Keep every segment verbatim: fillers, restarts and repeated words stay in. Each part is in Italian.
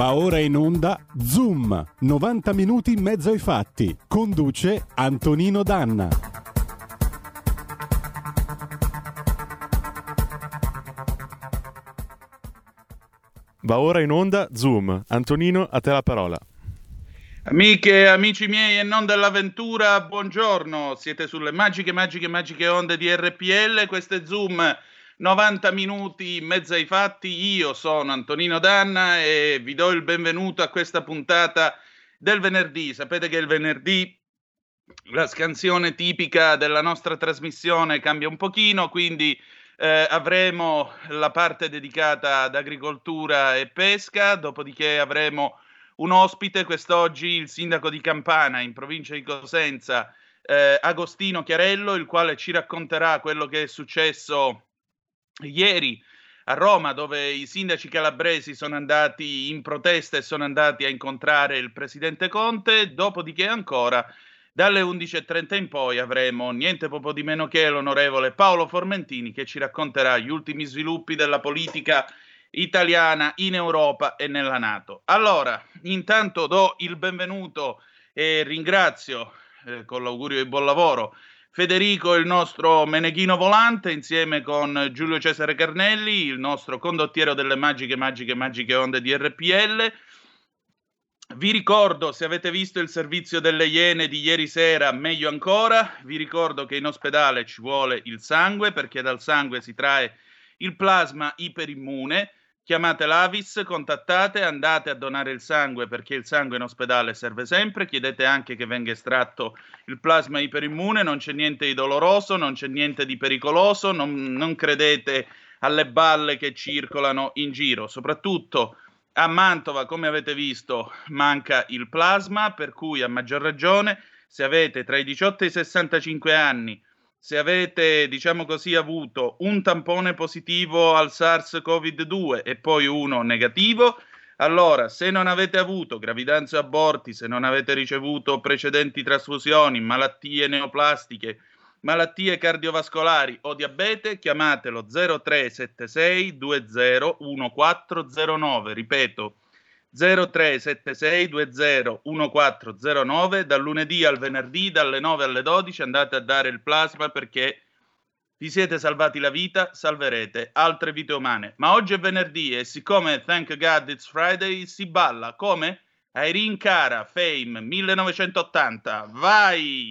Va ora in onda Zoom, novanta minuti in mezzo ai fatti. Conduce Antonino Danna. Va ora in onda Zoom. Antonino, a te la parola. Amiche e amici miei e non dell'avventura, buongiorno. Siete sulle magiche, magiche, magiche onde di R P L. Questo è Zoom, novanta minuti in mezzo ai fatti. Io sono Antonino Danna e vi do il benvenuto a questa puntata del venerdì. Sapete che il venerdì la scansione tipica della nostra trasmissione cambia un pochino, quindi eh, avremo la parte dedicata ad agricoltura e pesca, dopodiché avremo un ospite, quest'oggi il sindaco di Campana in provincia di Cosenza, eh, Agostino Chiarello, il quale ci racconterà quello che è successo ieri a Roma, dove i sindaci calabresi sono andati in protesta e sono andati a incontrare il presidente Conte. Dopodiché ancora dalle undici e trenta in poi avremo niente poco di meno che l'onorevole Paolo Formentini, che ci racconterà gli ultimi sviluppi della politica italiana in Europa e nella NATO. Allora, intanto do il benvenuto e ringrazio eh, con l'augurio di buon lavoro Federico, il nostro meneghino volante, insieme con Giulio Cesare Carnelli, il nostro condottiero delle magiche, magiche, magiche onde di R P L. Vi ricordo, se avete visto il servizio delle Iene di ieri sera, meglio ancora, vi ricordo che in ospedale ci vuole il sangue, perché dal sangue si trae il plasma iperimmune. Chiamate l'Avis, contattate, andate a donare il sangue, perché il sangue in ospedale serve sempre. Chiedete anche che venga estratto il plasma iperimmune, non c'è niente di doloroso, non c'è niente di pericoloso, non, non credete alle balle che circolano in giro. Soprattutto a Mantova, come avete visto, manca il plasma, per cui a maggior ragione, se avete tra i diciotto e i sessantacinque anni, se avete, diciamo così, avuto un tampone positivo al SARS-CoV due e poi uno negativo, allora se non avete avuto gravidanze o aborti, se non avete ricevuto precedenti trasfusioni, malattie neoplastiche, malattie cardiovascolari o diabete, chiamatelo zero tre sette sei due zero uno quattro zero nove, ripeto zero tre sette sei due zero uno quattro zero nove, dal lunedì al venerdì dalle nove alle dodici andate a dare il plasma, perché vi siete salvati la vita, salverete altre vite umane. Ma oggi è venerdì e siccome thank God it's Friday si balla come? Irene Cara, Fame millenovecentottanta, vai!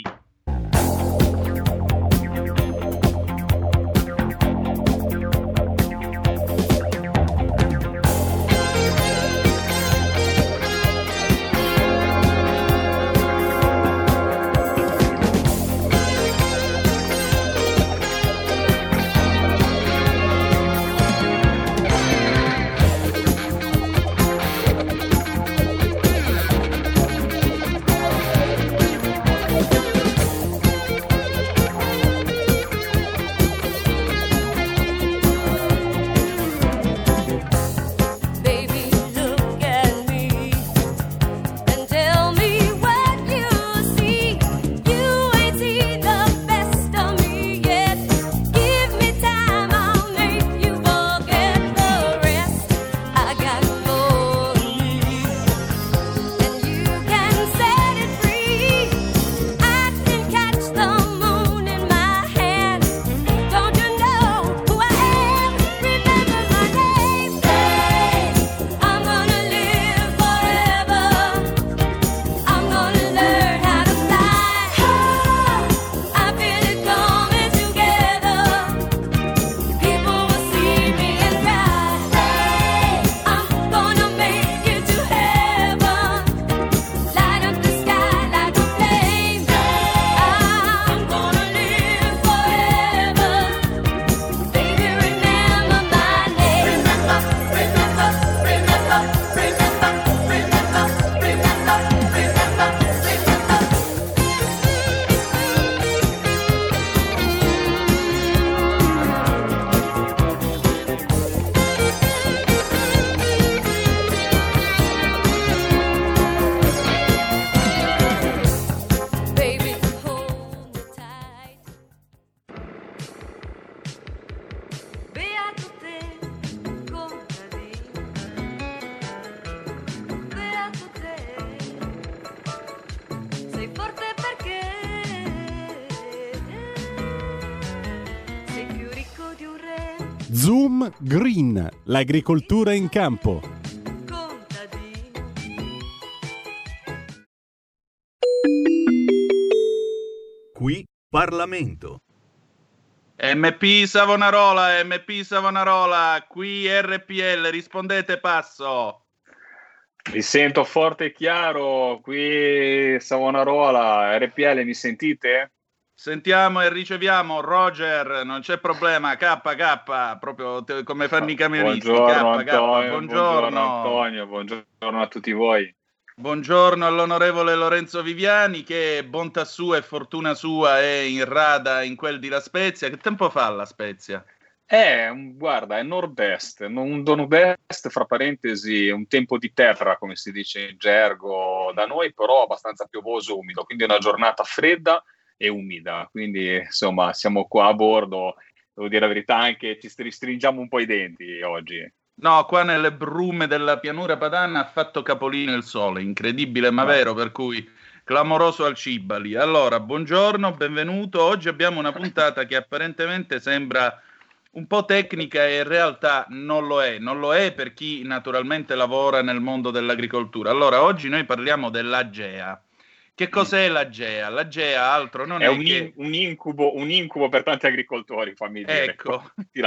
Zoom Green, l'agricoltura in campo. Qui Parlamento. M P Savonarola, M P Savonarola, qui R P L, rispondete passo. Vi sento forte e chiaro, qui Savonarola, R P L, mi sentite? Sentiamo e riceviamo, Roger, non c'è problema, K K, proprio te, come fanno i camionisti. Buongiorno K, K, Antonio, buongiorno. buongiorno Antonio, buongiorno a tutti voi. Buongiorno all'onorevole Lorenzo Viviani, che bontà sua e fortuna sua è in rada in quel di La Spezia. Che tempo fa La Spezia? Eh, guarda, è nord-est, un nord-est, fra parentesi, un tempo di terra, come si dice in gergo da noi, però abbastanza piovoso, umido, quindi è una giornata fredda e umida, quindi insomma siamo qua a bordo, devo dire la verità, anche ci ristringiamo un po' i denti oggi. No, qua nelle brume della pianura padana ha fatto capolino il sole, incredibile ma vero, per cui clamoroso al Cibali. Allora, buongiorno, benvenuto. Oggi abbiamo una puntata che apparentemente sembra un po' tecnica e in realtà non lo è. Non lo è per chi naturalmente lavora nel mondo dell'agricoltura. Allora, oggi noi parliamo dell'Agea. Che cos'è l'Agea? L'Agea altro non è, è un, che... in, un, incubo, un incubo per tanti agricoltori, fammi dire. Ecco.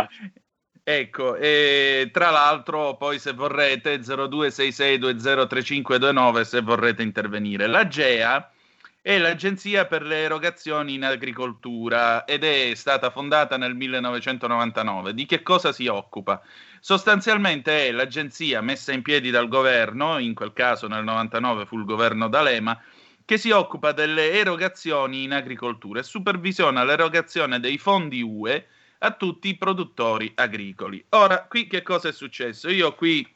Ecco, e tra l'altro poi se vorrete zero due sei sei due zero tre cinque due nove se vorrete intervenire. L'Agea è l'Agenzia per le erogazioni in agricoltura ed è stata fondata nel millenovecentonovantanove. Di che cosa si occupa? Sostanzialmente è l'agenzia messa in piedi dal governo, in quel caso nel novantanove fu il governo D'Alema, che si occupa delle erogazioni in agricoltura e supervisiona l'erogazione dei fondi U E a tutti i produttori agricoli. Ora, qui che cosa è successo? Io qui,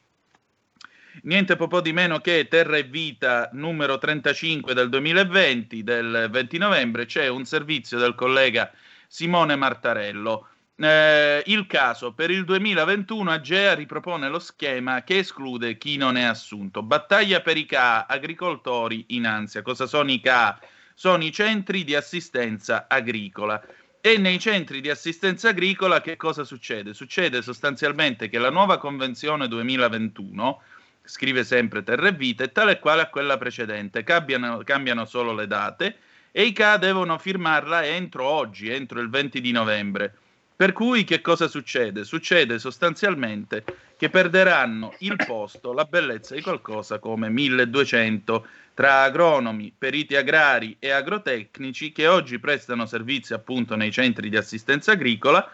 niente po' di meno che Terra e Vita numero trentacinque del duemilaventi, del venti novembre, c'è un servizio del collega Simone Martarello. Eh, il caso, per il duemilaventuno Agea ripropone lo schema che esclude chi non è assunto. Battaglia per i C A, agricoltori in ansia. Cosa sono i C A? Sono i centri di assistenza agricola. E nei centri di assistenza agricola che cosa succede? Succede sostanzialmente che la nuova convenzione duemilaventuno, scrive sempre Terra e Vita, è tale e quale a quella precedente, cambiano, cambiano solo le date e i C A devono firmarla entro oggi, entro il venti di novembre. Per cui che cosa succede? Succede sostanzialmente che perderanno il posto, la bellezza di qualcosa come milleduecento tra agronomi, periti agrari e agrotecnici che oggi prestano servizi appunto nei centri di assistenza agricola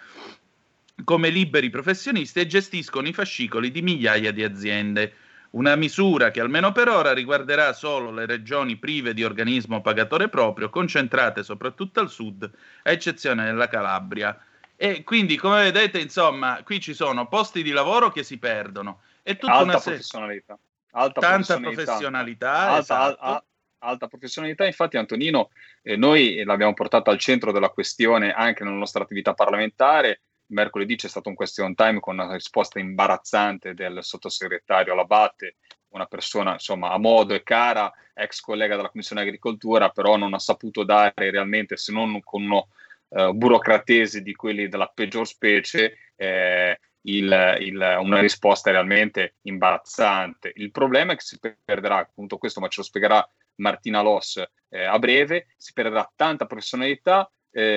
come liberi professionisti e gestiscono i fascicoli di migliaia di aziende. Una misura che almeno per ora riguarderà solo le regioni prive di organismo pagatore proprio, concentrate soprattutto al sud, a eccezione della Calabria. E quindi, come vedete, insomma, qui ci sono posti di lavoro che si perdono. E tutta alta una se- professionalità. Alta tanta professionalità, professionalità alta, esatto. al, alta professionalità. Infatti Antonino, eh, noi l'abbiamo portato al centro della questione anche nella nostra attività parlamentare. Mercoledì c'è stato un question time con una risposta imbarazzante del sottosegretario Labate, una persona insomma a modo e cara, ex collega della Commissione Agricoltura, però non ha saputo dare realmente, se non con uno uh, burocratese di quelli della peggior specie, eh, Il, il, una risposta realmente imbarazzante. Il problema è che si perderà, appunto questo, ma ce lo spiegherà Martina Loss eh, a breve, si perderà tanta professionalità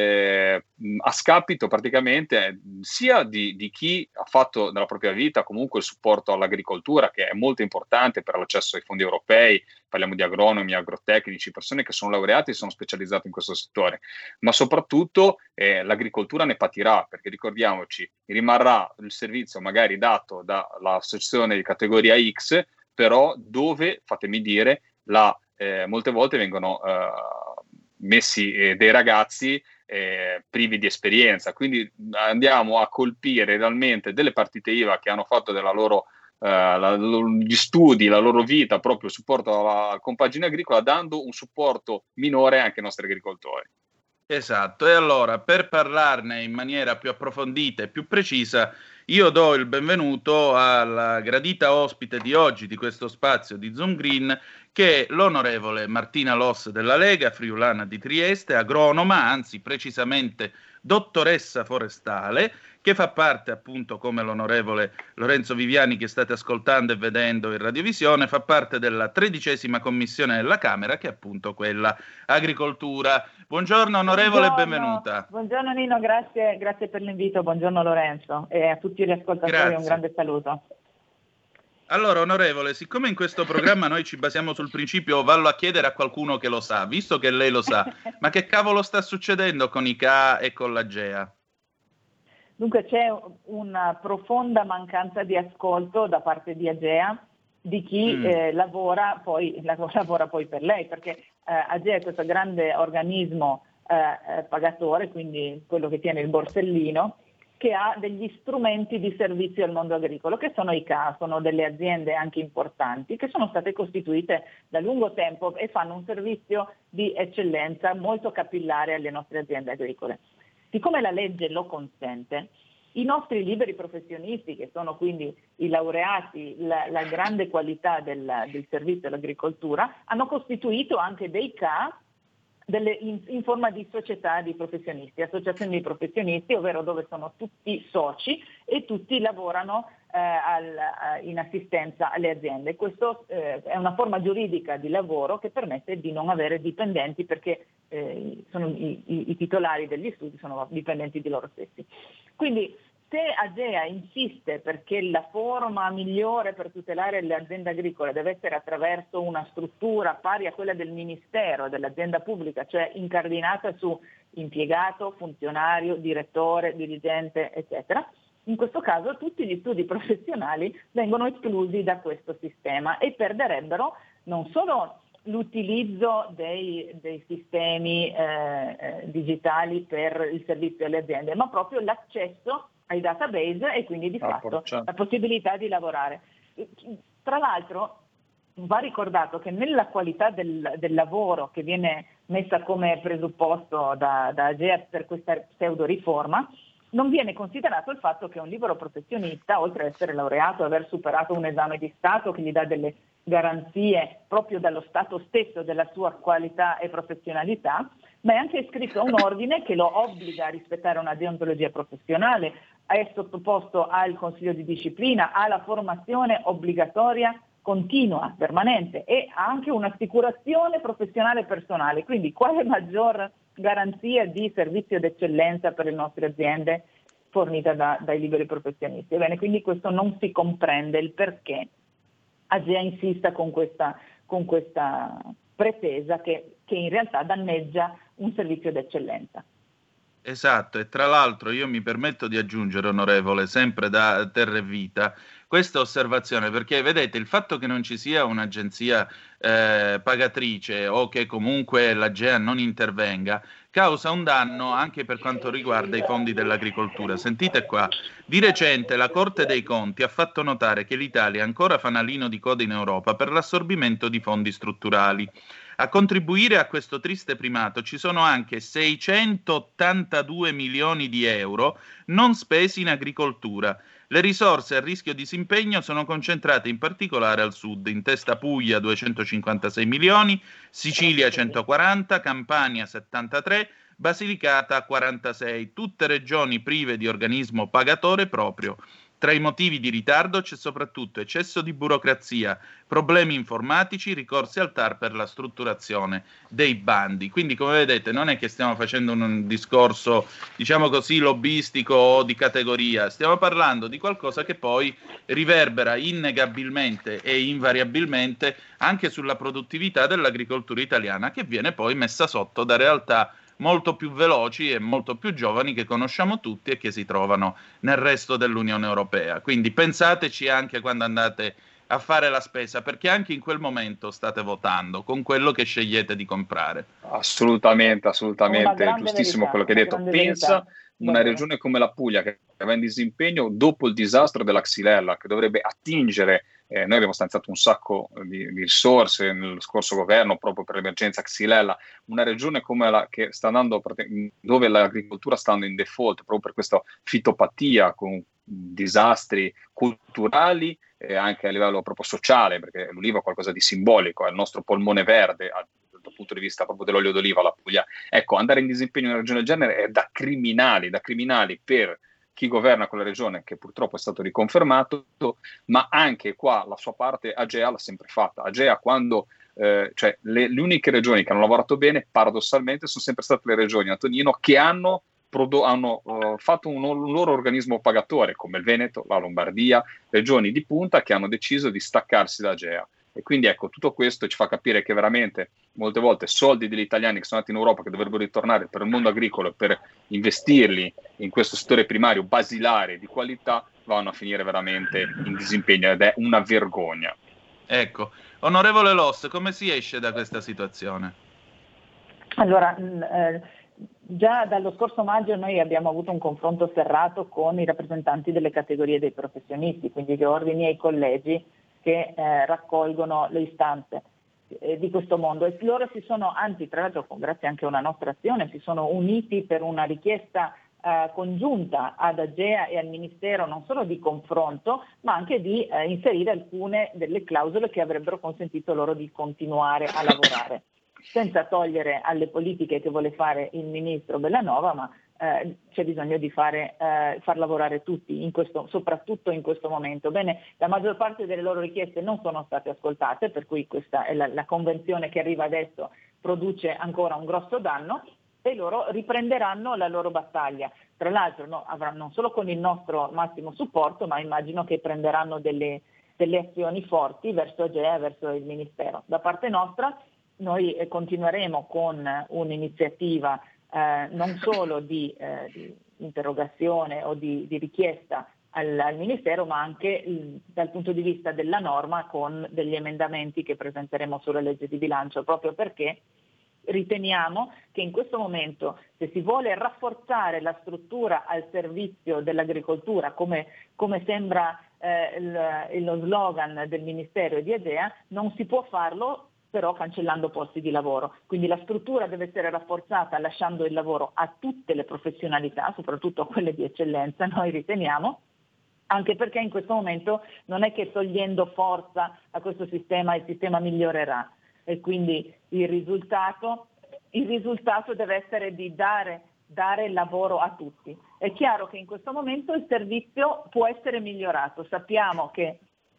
eh, a scapito praticamente sia di, di chi ha fatto nella propria vita comunque il supporto all'agricoltura, che è molto importante per l'accesso ai fondi europei, parliamo di agronomi, agrotecnici, persone che sono laureati e sono specializzate in questo settore, ma soprattutto eh, l'agricoltura ne patirà, perché ricordiamoci, rimarrà il servizio magari dato dall'associazione di categoria X, però dove, fatemi dire, la, eh, molte volte vengono eh, messi eh, dei ragazzi eh, privi di esperienza, quindi andiamo a colpire realmente delle partite I V A che hanno fatto della loro Uh, la, gli studi, la loro vita, proprio supporto alla compagine agricola, dando un supporto minore anche ai nostri agricoltori. Esatto, e allora per parlarne in maniera più approfondita e più precisa Io do il benvenuto alla gradita ospite di oggi di questo spazio di Zoom Green, che è l'onorevole Martina Loss della Lega, friulana di Trieste, agronoma, anzi precisamente dottoressa forestale, che fa parte appunto, come l'onorevole Lorenzo Viviani che state ascoltando e vedendo in radiovisione, fa parte della tredicesima commissione della Camera, che è appunto quella agricoltura. Buongiorno onorevole, Buongiorno. Benvenuta. Buongiorno Nino, grazie, grazie per l'invito, buongiorno Lorenzo e a tutti gli ascoltatori Grazie. Un grande saluto. Allora, onorevole, siccome in questo programma noi ci basiamo sul principio vallo a chiedere a qualcuno che lo sa, visto che lei lo sa, ma che cavolo sta succedendo con i C A e con l'Agea? Dunque c'è una profonda mancanza di ascolto da parte di Agea, di chi mm. eh, lavora, poi, lavora poi per lei, perché eh, Agea è questo grande organismo eh, pagatore, quindi quello che tiene il borsellino, che ha degli strumenti di servizio al mondo agricolo, che sono i C A, sono delle aziende anche importanti, che sono state costituite da lungo tempo e fanno un servizio di eccellenza molto capillare alle nostre aziende agricole. Siccome la legge lo consente, i nostri liberi professionisti, che sono quindi i laureati, la, la grande qualità del, del servizio all'agricoltura, hanno costituito anche dei C A Delle, in, in forma di società di professionisti, associazioni di professionisti, ovvero dove sono tutti soci e tutti lavorano eh, al, in assistenza alle aziende. Questo eh, è una forma giuridica di lavoro che permette di non avere dipendenti, perché eh, sono i, i, i titolari degli studi sono dipendenti di loro stessi. Quindi se Agea insiste perché la forma migliore per tutelare le aziende agricole deve essere attraverso una struttura pari a quella del Ministero, dell'azienda pubblica, cioè incardinata su impiegato, funzionario, direttore, dirigente, eccetera, in questo caso tutti gli studi professionali vengono esclusi da questo sistema e perderebbero non solo l'utilizzo dei, dei sistemi eh, eh, digitali per il servizio alle aziende, ma proprio l'accesso ai database e quindi di ah, fatto porcia. la possibilità di lavorare. Tra l'altro va ricordato che nella qualità del, del lavoro che viene messa come presupposto da, da Agea per questa pseudo riforma, non viene considerato il fatto che un libero professionista, oltre ad essere laureato e aver superato un esame di Stato che gli dà delle garanzie proprio dallo Stato stesso della sua qualità e professionalità, ma è anche iscritto a un ordine che lo obbliga a rispettare una deontologia professionale, è sottoposto al Consiglio di disciplina, ha la formazione obbligatoria continua, permanente, e ha anche un'assicurazione professionale personale. Quindi quale maggior garanzia di servizio d'eccellenza per le nostre aziende fornita da, dai liberi professionisti? Ebbene, quindi questo non si comprende il perché Agea insista con questa, con questa pretesa che, che in realtà danneggia un servizio d'eccellenza. Esatto, e tra l'altro io mi permetto di aggiungere, onorevole, sempre da Terra e Vita, questa osservazione, perché vedete il fatto che non ci sia un'agenzia eh, pagatrice o che comunque l'Agea non intervenga causa un danno anche per quanto riguarda i fondi dell'agricoltura. Sentite qua, di recente la Corte dei Conti ha fatto notare che l'Italia è ancora fanalino di coda in Europa per l'assorbimento di fondi strutturali. A contribuire a questo triste primato ci sono anche seicentottantadue milioni di euro non spesi in agricoltura. Le risorse a rischio disimpegno sono concentrate in particolare al sud, in testa Puglia duecentocinquantasei milioni, Sicilia centoquaranta, Campania settantatré, Basilicata quarantasei, tutte regioni prive di organismo pagatore proprio. Tra i motivi di ritardo c'è soprattutto eccesso di burocrazia, problemi informatici, ricorsi al T A R per la strutturazione dei bandi. Quindi, come vedete, non è che stiamo facendo un discorso, diciamo così, lobbistico o di categoria, stiamo parlando di qualcosa che poi riverbera innegabilmente e invariabilmente anche sulla produttività dell'agricoltura italiana, che viene poi messa sotto da realtà molto più veloci e molto più giovani che conosciamo tutti e che si trovano nel resto dell'Unione Europea. Quindi pensateci anche quando andate a fare la spesa, perché anche in quel momento state votando con quello che scegliete di comprare. Assolutamente, assolutamente, giustissimo verità, quello che hai detto. Pensa verità. una regione come la Puglia che va in disimpegno dopo il disastro della Xylella, che dovrebbe attingere, eh, noi abbiamo stanziato un sacco di, di risorse nello scorso governo proprio per l'emergenza Xylella, una regione come la che sta andando, dove l'agricoltura sta andando in default proprio per questa fitopatia con disastri culturali e anche a livello proprio sociale, perché l'olivo è qualcosa di simbolico, è il nostro polmone verde dal punto di vista proprio dell'olio d'oliva, la Puglia. Ecco, andare in disimpegno in una regione del genere è da criminali, da criminali per chi governa quella regione, che purtroppo è stato riconfermato, ma anche qua la sua parte Agea l'ha sempre fatta. Agea quando, eh, cioè le, le uniche regioni che hanno lavorato bene, paradossalmente, sono sempre state le regioni, Antonino, che hanno, prodo- hanno uh, fatto un, un loro organismo pagatore, come il Veneto, la Lombardia, regioni di punta che hanno deciso di staccarsi da Agea. E quindi ecco, tutto questo ci fa capire che veramente molte volte soldi degli italiani che sono andati in Europa, che dovrebbero ritornare per il mondo agricolo, per investirli in questo settore primario basilare di qualità, vanno a finire veramente in disimpegno, ed è una vergogna. Ecco, onorevole Loss, come si esce da questa situazione? Allora, eh, già dallo scorso maggio noi abbiamo avuto un confronto serrato con i rappresentanti delle categorie dei professionisti, quindi gli ordini e i collegi che eh, raccolgono le istanze eh, di questo mondo, e loro si sono, anzi tra l'altro grazie anche a una nostra azione, si sono uniti per una richiesta eh, congiunta ad Agea e al Ministero, non solo di confronto, ma anche di eh, inserire alcune delle clausole che avrebbero consentito loro di continuare a lavorare, senza togliere alle politiche che vuole fare il Ministro Bellanova, ma Eh, c'è bisogno di fare, eh, far lavorare tutti, in questo, soprattutto in questo momento. Bene, la maggior parte delle loro richieste non sono state ascoltate, per cui questa è la, la convenzione che arriva adesso produce ancora un grosso danno, e loro riprenderanno la loro battaglia. Tra l'altro no, avranno non solo con il nostro massimo supporto, ma immagino che prenderanno delle, delle azioni forti verso Agea e verso il Ministero. Da parte nostra noi eh, continueremo con un'iniziativa Eh, non solo di, eh, di interrogazione o di, di richiesta al, al Ministero, ma anche il, dal punto di vista della norma, con degli emendamenti che presenteremo sulla legge di bilancio, proprio perché riteniamo che in questo momento, se si vuole rafforzare la struttura al servizio dell'agricoltura, come, come sembra eh, il, lo slogan del Ministero e di Agea, non si può farlo però cancellando posti di lavoro. Quindi la struttura deve essere rafforzata lasciando il lavoro a tutte le professionalità, soprattutto a quelle di eccellenza, noi riteniamo, anche perché in questo momento non è che togliendo forza a questo sistema il sistema migliorerà, e quindi il risultato, il risultato deve essere di dare, dare lavoro a tutti. È chiaro che in questo momento il servizio può essere migliorato, sappiamo che,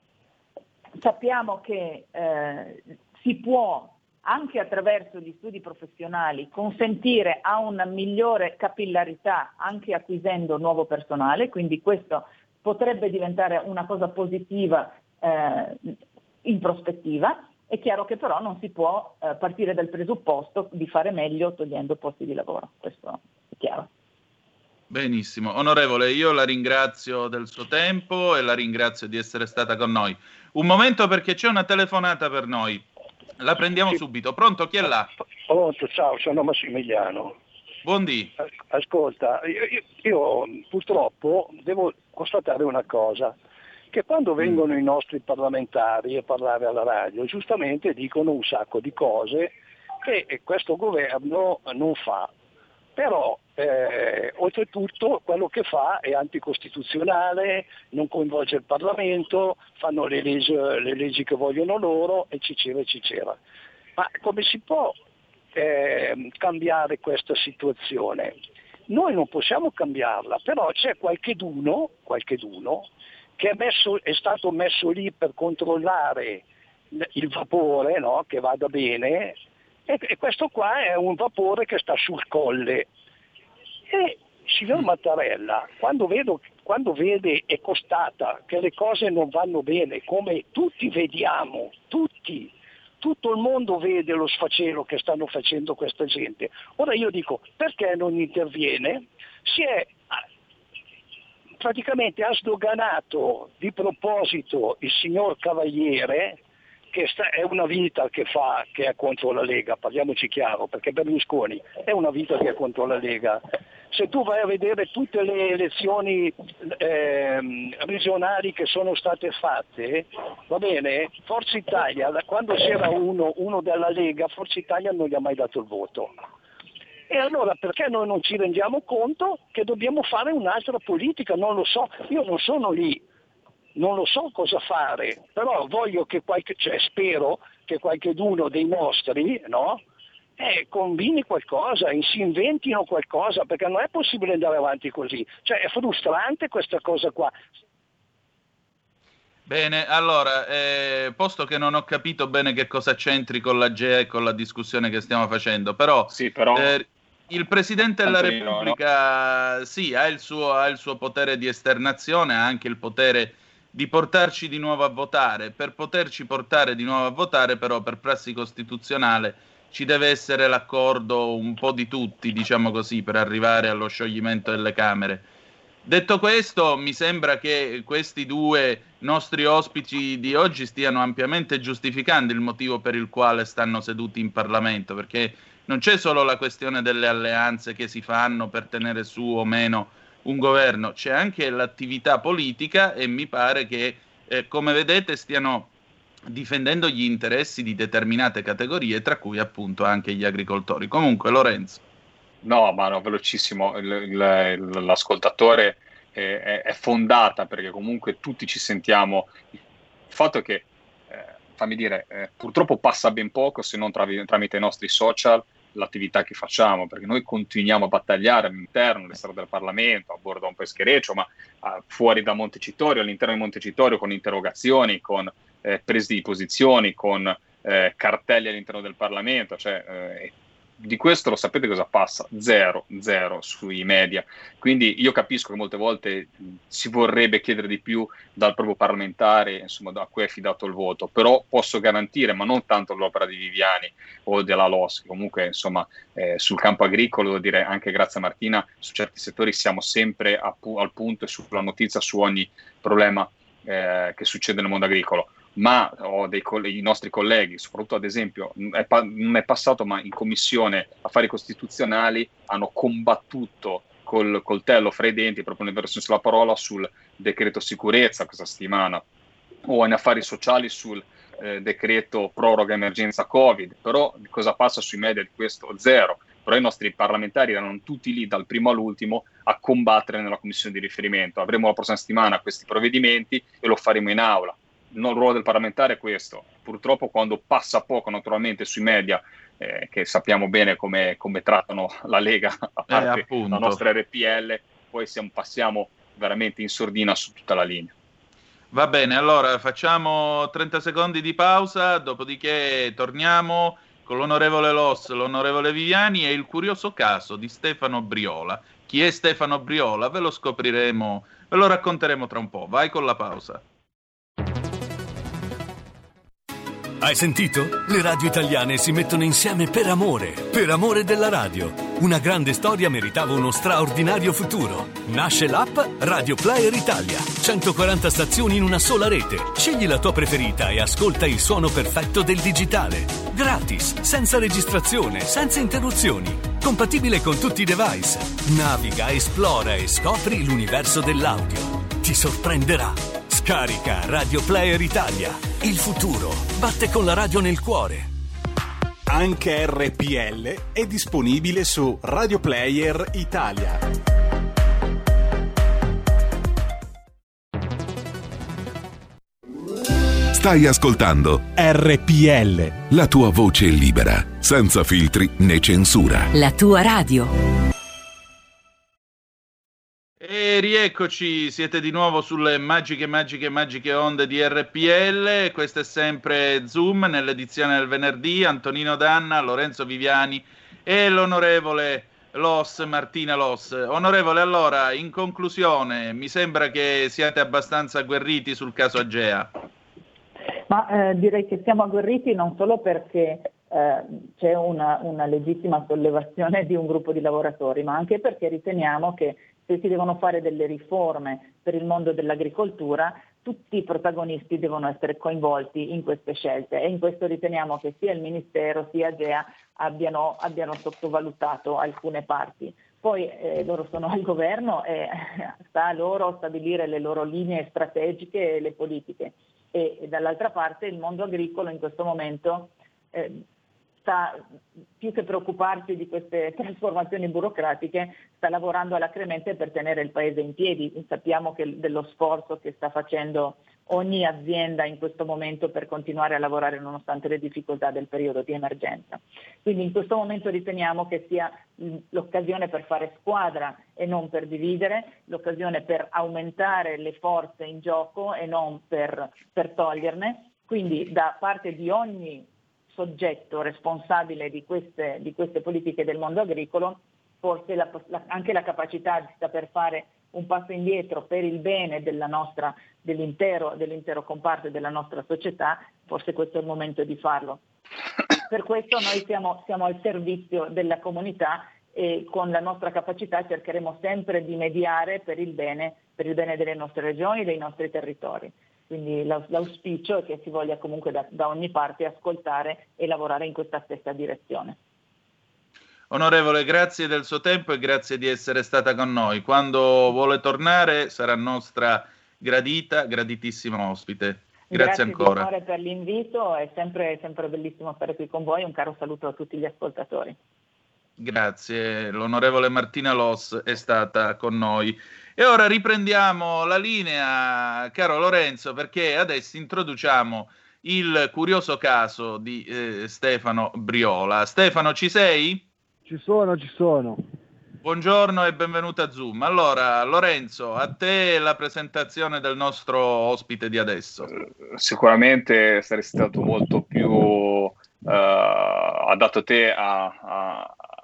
sappiamo che eh, si può, anche attraverso gli studi professionali, consentire a una migliore capillarità, anche acquisendo nuovo personale, quindi questo potrebbe diventare una cosa positiva eh, in prospettiva. È chiaro che però non si può eh, partire dal presupposto di fare meglio togliendo posti di lavoro, questo è chiaro. Benissimo, onorevole, io la ringrazio del suo tempo e la ringrazio di essere stata con noi. Un momento, perché c'è una telefonata per noi. La prendiamo sì. subito. Pronto? Chi è là? Pronto, ciao, sono Massimiliano. Buondì. Ascolta, io, io purtroppo devo constatare una cosa, che quando vengono mm. i nostri parlamentari a parlare alla radio, giustamente dicono un sacco di cose che questo governo non fa. Però eh, oltretutto quello che fa è anticostituzionale, non coinvolge il Parlamento, fanno le leggi, le leggi che vogliono loro, e cicera e cicera. Ma come si può eh, cambiare questa situazione? Noi non possiamo cambiarla, però c'è qualcheduno, qualcheduno che è, messo, è stato messo lì per controllare il vapore, no? Che vada bene. E questo qua è un vapore che sta sul colle. E signor Mattarella, quando, vedo, quando vede e constata che le cose non vanno bene, come tutti vediamo, tutti, tutto il mondo vede lo sfacelo che stanno facendo questa gente. Ora io dico, perché non interviene? Si è praticamente ha sdoganato di proposito il signor Cavaliere, che è una vita che fa, che è contro la Lega, parliamoci chiaro, perché Berlusconi è una vita che è contro la Lega. Se tu vai a vedere tutte le elezioni eh, regionali che sono state fatte, va bene, Forza Italia, da quando c'era uno, uno della Lega, Forza Italia non gli ha mai dato il voto. E allora perché noi non ci rendiamo conto che dobbiamo fare un'altra politica? Non lo so, io non sono lì, non lo so cosa fare, però voglio che qualche, cioè spero che qualcheduno dei nostri, no? Eh, combini qualcosa, si inventino qualcosa, perché non è possibile andare avanti così. Cioè è frustrante questa cosa qua. Bene, allora, eh, posto che non ho capito bene che cosa c'entri con la G E A e con la discussione che stiamo facendo, però, sì, però... Eh, il Presidente della Antonino, Repubblica no? sì, ha il, suo, ha il suo potere di esternazione, ha anche il potere di portarci di nuovo a votare. Per poterci portare di nuovo a votare, però, per prassi costituzionale ci deve essere l'accordo un po' di tutti, diciamo così, per arrivare allo scioglimento delle Camere. Detto questo, mi sembra che questi due nostri ospiti di oggi stiano ampiamente giustificando il motivo per il quale stanno seduti in Parlamento, perché non c'è solo la questione delle alleanze che si fanno per tenere su o meno un governo, c'è anche l'attività politica e mi pare che, eh, come vedete, stiano difendendo gli interessi di determinate categorie, tra cui appunto anche gli agricoltori. Comunque, Lorenzo. No, ma no, velocissimo, il, il, l'ascoltatore è, è fondata, perché comunque tutti ci sentiamo. Il fatto è che, eh, fammi dire, eh, purtroppo passa ben poco, se non tra, tramite i nostri social, l'attività che facciamo, perché noi continuiamo a battagliare all'interno, all'esterno del Parlamento, a bordo un peschereccio, ma uh, fuori da Montecitorio, all'interno di Montecitorio, con interrogazioni, con eh, prese di posizioni, con eh, cartelli all'interno del Parlamento, cioè eh, di questo lo sapete cosa passa? Zero, zero sui media. Quindi io capisco che molte volte si vorrebbe chiedere di più dal proprio parlamentare, insomma, da cui è affidato il voto, però posso garantire, ma non tanto l'opera di Viviani o della L O S, che comunque insomma eh, sul campo agricolo, devo dire anche grazie a Martina, su certi settori siamo sempre a pu- al punto e sulla notizia su ogni problema eh, che succede nel mondo agricolo. Ma ho dei coll- i nostri colleghi, soprattutto ad esempio, è pa- non è passato, ma in commissione affari costituzionali hanno combattuto col coltello fra i denti, proprio nel vero senso della parola, sul decreto sicurezza questa settimana, o in affari sociali sul eh, decreto proroga emergenza Covid. Però cosa passa sui media di questo? Zero. Però i nostri parlamentari erano tutti lì dal primo all'ultimo a combattere nella commissione di riferimento. Avremo la prossima settimana questi provvedimenti e lo faremo in aula. Il ruolo del parlamentare è questo. Purtroppo quando passa poco naturalmente sui media, eh, che sappiamo bene come, come trattano la Lega, a parte eh, la nostra R P L, poi siamo, passiamo veramente in sordina su tutta la linea. Va bene, allora facciamo trenta secondi di pausa, dopodiché torniamo con l'onorevole Loss, l'onorevole Viviani e il curioso caso di Stefano Briola. Chi è Stefano Briola? Ve lo scopriremo, ve lo racconteremo tra un po'. Vai con la pausa. Hai sentito? Le radio italiane si mettono insieme per amore, per amore della radio. Una grande storia meritava uno straordinario futuro. Nasce l'app Radio Player Italia. centoquaranta stazioni in una sola rete. Scegli la tua preferita e ascolta il suono perfetto del digitale. Gratis, senza registrazione, senza interruzioni. Compatibile con tutti i device. Naviga, esplora e scopri l'universo dell'audio. Ti sorprenderà. Scarica Radio Player Italia. Il futuro batte con la radio nel cuore. Anche R P L è disponibile su Radio Player Italia. Stai ascoltando R P L, la tua voce libera, senza filtri né censura. La tua radio. E rieccoci, siete di nuovo sulle magiche, magiche, magiche onde di R P L. Questo è sempre Zoom nell'edizione del venerdì. Antonino Danna, Lorenzo Viviani e l'onorevole Loss, Martina Loss. Onorevole, allora, in conclusione, mi sembra che siate abbastanza agguerriti sul caso Agea. Ma eh, direi che siamo agguerriti non solo perché eh, c'è una, una legittima sollevazione di un gruppo di lavoratori, ma anche perché riteniamo che se si devono fare delle riforme per il mondo dell'agricoltura, tutti i protagonisti devono essere coinvolti in queste scelte e in questo riteniamo che sia il Ministero sia Agea abbiano, abbiano sottovalutato alcune parti. Poi eh, loro sono al governo e sta a loro stabilire le loro linee strategiche e le politiche. E, e dall'altra parte il mondo agricolo in questo momento eh, sta, più che preoccuparsi di queste trasformazioni burocratiche, sta lavorando alacremente per tenere il paese in piedi. Sappiamo che dello sforzo che sta facendo ogni azienda in questo momento per continuare a lavorare nonostante le difficoltà del periodo di emergenza. Quindi in questo momento riteniamo che sia l'occasione per fare squadra e non per dividere, l'occasione per aumentare le forze in gioco e non per, per toglierne. Quindi da parte di ogni soggetto responsabile di queste, di queste politiche del mondo agricolo, forse la, la, anche la capacità di saper fare un passo indietro per il bene della nostra, dell'intero, dell'intero comparto e della nostra società, forse questo è il momento di farlo. Per questo noi siamo, siamo al servizio della comunità e con la nostra capacità cercheremo sempre di mediare per il bene, per il bene delle nostre regioni e dei nostri territori. Quindi l'auspicio è che si voglia comunque da, da ogni parte ascoltare e lavorare in questa stessa direzione. Onorevole, grazie del suo tempo e grazie di essere stata con noi. Quando vuole tornare sarà nostra gradita, graditissima ospite. Grazie, grazie ancora. Grazie per l'invito, è sempre, sempre bellissimo stare qui con voi. Un caro saluto a tutti gli ascoltatori. Grazie, l'onorevole Martina Los è stata con noi. E ora riprendiamo la linea, caro Lorenzo, perché adesso introduciamo il curioso caso di eh, Stefano Briola. Stefano, ci sei? Ci sono, ci sono. Buongiorno e benvenuto a Zoom. Allora, Lorenzo, a te la presentazione del nostro ospite di adesso. Sicuramente saresti stato molto più uh, adatto te a, a,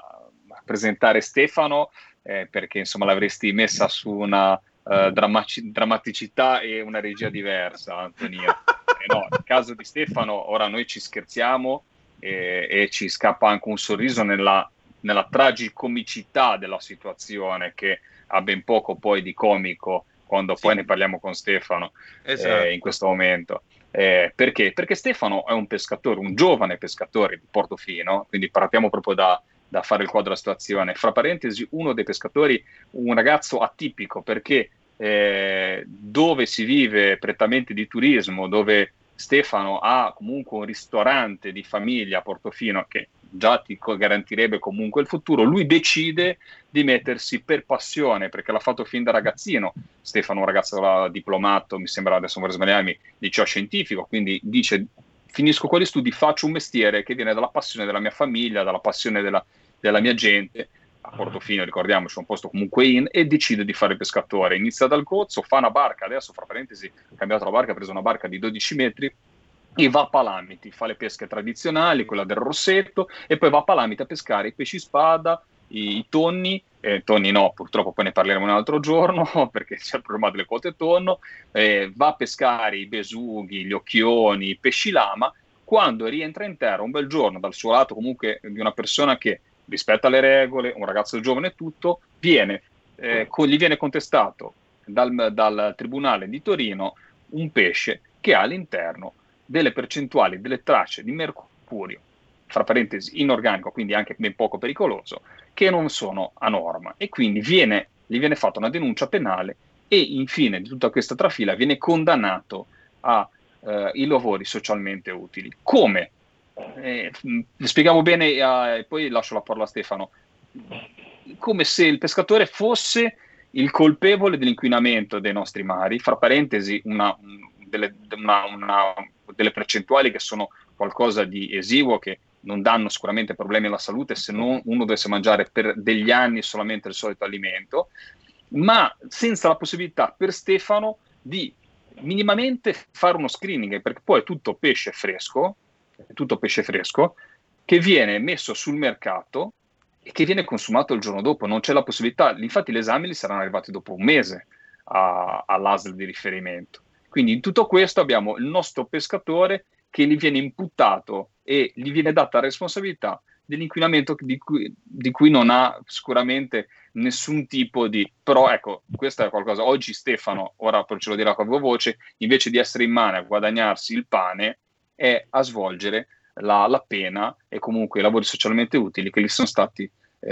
a presentare Stefano, eh, perché insomma l'avresti messa su una uh, drammaci- drammaticità e una regia diversa, Antonio. Eh, no, nel caso di Stefano, ora noi ci scherziamo e, e ci scappa anche un sorriso nella nella tragicomicità della situazione, che ha ben poco poi di comico quando sì. poi ne parliamo con Stefano, esatto. eh, in questo momento. Eh, perché? Perché Stefano è un pescatore, un giovane pescatore di Portofino, quindi partiamo proprio da, da fare il quadro della situazione. Fra parentesi, uno dei pescatori, un ragazzo atipico, perché eh, dove si vive prettamente di turismo, dove Stefano ha comunque un ristorante di famiglia a Portofino che già ti garantirebbe comunque il futuro, lui decide di mettersi per passione, perché l'ha fatto fin da ragazzino. Stefano, un ragazzo diplomato, mi sembra, adesso non vorrei sbagliarmi, liceo scientifico, quindi dice: finisco quegli studi, faccio un mestiere che viene dalla passione della mia famiglia, dalla passione della, della mia gente. A Portofino, ricordiamoci, è un posto comunque in, e decide di fare il pescatore. Inizia dal gozzo, fa una barca, adesso fra parentesi ha cambiato la barca, ha preso una barca di dodici metri e va a Palamiti, fa le pesche tradizionali, quella del rossetto, e poi va a Palamiti a pescare i pesci spada, i, i tonni, eh, tonni no, purtroppo poi ne parleremo un altro giorno perché c'è il problema delle quote tonno, eh, va a pescare i besughi, gli occhioni, i pesci lama. Quando rientra in terra un bel giorno, dal suo lato comunque di una persona che rispetta le regole, un ragazzo giovane e tutto, viene, eh, co- gli viene contestato dal, dal Tribunale di Torino un pesce che ha all'interno delle percentuali, delle tracce di mercurio, fra parentesi inorganico, quindi anche ben poco pericoloso, che non sono a norma, e quindi viene, gli viene fatta una denuncia penale e infine di tutta questa trafila viene condannato a eh, i lavori socialmente utili. Come? Eh, spieghiamo bene e eh, poi lascio la parola a Stefano. Come se il pescatore fosse il colpevole dell'inquinamento dei nostri mari, fra parentesi una, delle, una, una, delle percentuali che sono qualcosa di esiguo, che non danno sicuramente problemi alla salute se non uno dovesse mangiare per degli anni solamente il solito alimento, ma senza la possibilità per Stefano di minimamente fare uno screening, perché poi è tutto pesce fresco, è tutto pesce fresco che viene messo sul mercato e che viene consumato il giorno dopo, non c'è la possibilità. Infatti gli esami li saranno arrivati dopo un mese a, all'A S L di riferimento. Quindi in tutto questo abbiamo il nostro pescatore che gli viene imputato e gli viene data responsabilità dell'inquinamento di cui, di cui non ha sicuramente nessun tipo di... Però ecco, questo è qualcosa. Oggi Stefano, ora ce lo dirà con la voce, invece di essere in mano a guadagnarsi il pane, è a svolgere la, la pena e comunque i lavori socialmente utili che gli sono stati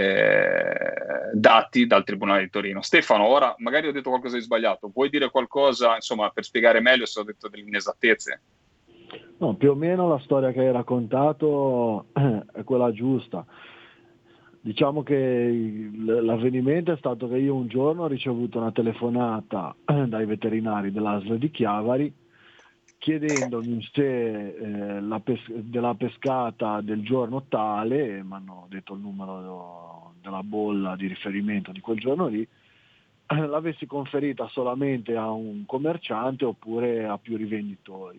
eh, dati dal Tribunale di Torino. Stefano, ora magari ho detto qualcosa di sbagliato, vuoi dire qualcosa, insomma, per spiegare meglio se ho detto delle inesattezze? No, più o meno la storia che hai raccontato è quella quella giusta. Diciamo che l'avvenimento è stato che io un giorno ho ricevuto una telefonata dai veterinari dell'A S L di Chiavari chiedendomi se eh, la pes- della pescata del giorno tale, mi hanno detto il numero della bolla di riferimento di quel giorno lì, eh, l'avessi conferita solamente a un commerciante oppure a più rivenditori.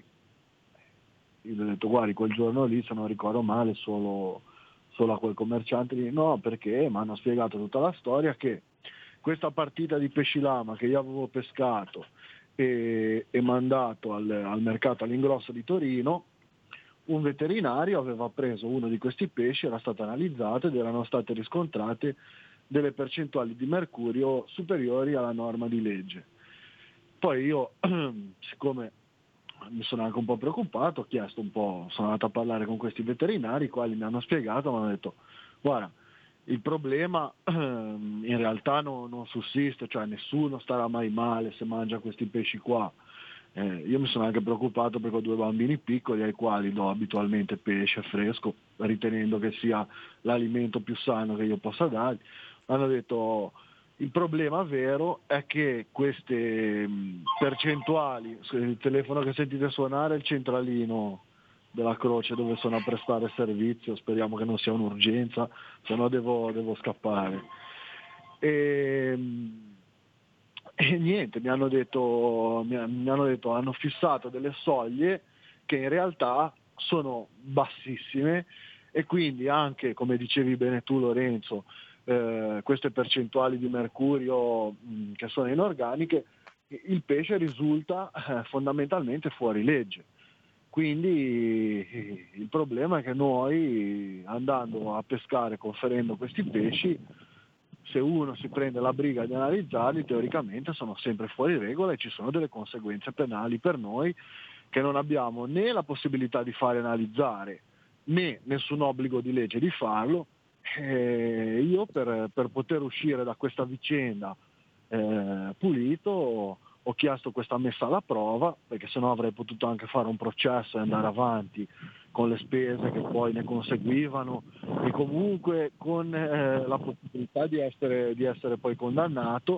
Io gli ho detto guardi, quel giorno lì, se non ricordo male, solo, solo a quel commerciante lì. No, perché mi hanno spiegato tutta la storia che questa partita di pesci lama che io avevo pescato e, e mandato al, al mercato all'ingrosso di Torino, un veterinario aveva preso uno di questi pesci, era stato analizzato ed erano state riscontrate delle percentuali di mercurio superiori alla norma di legge. Poi io, siccome mi sono anche un po' preoccupato, ho chiesto un po', sono andato a parlare con questi veterinari, i quali mi hanno spiegato, mi hanno detto guarda, il problema in realtà no, non sussiste, cioè nessuno starà mai male se mangia questi pesci qua. Eh, io mi sono anche preoccupato perché ho due bambini piccoli ai quali do abitualmente pesce fresco, ritenendo che sia l'alimento più sano che io possa dargli. Hanno detto il problema vero è che queste mh, percentuali, il telefono che sentite suonare è il centralino della Croce dove sono a prestare servizio, speriamo che non sia un'urgenza, se no devo, devo scappare. E, e niente, mi hanno detto, mi, mi hanno detto, hanno fissato delle soglie che in realtà sono bassissime e quindi anche, come dicevi bene tu Lorenzo, eh, queste percentuali di mercurio mh, che sono inorganiche, il pesce risulta eh, fondamentalmente fuori legge. Quindi il problema è che noi, andando a pescare, conferendo questi pesci, se uno si prende la briga di analizzarli, teoricamente sono sempre fuori regola e ci sono delle conseguenze penali per noi che non abbiamo né la possibilità di fare analizzare né nessun obbligo di legge di farlo. E io per, per poter uscire da questa vicenda eh, pulito ho chiesto questa messa alla prova, perché sennò avrei potuto anche fare un processo e andare avanti con le spese che poi ne conseguivano e comunque con eh, la possibilità di essere, di essere poi condannato.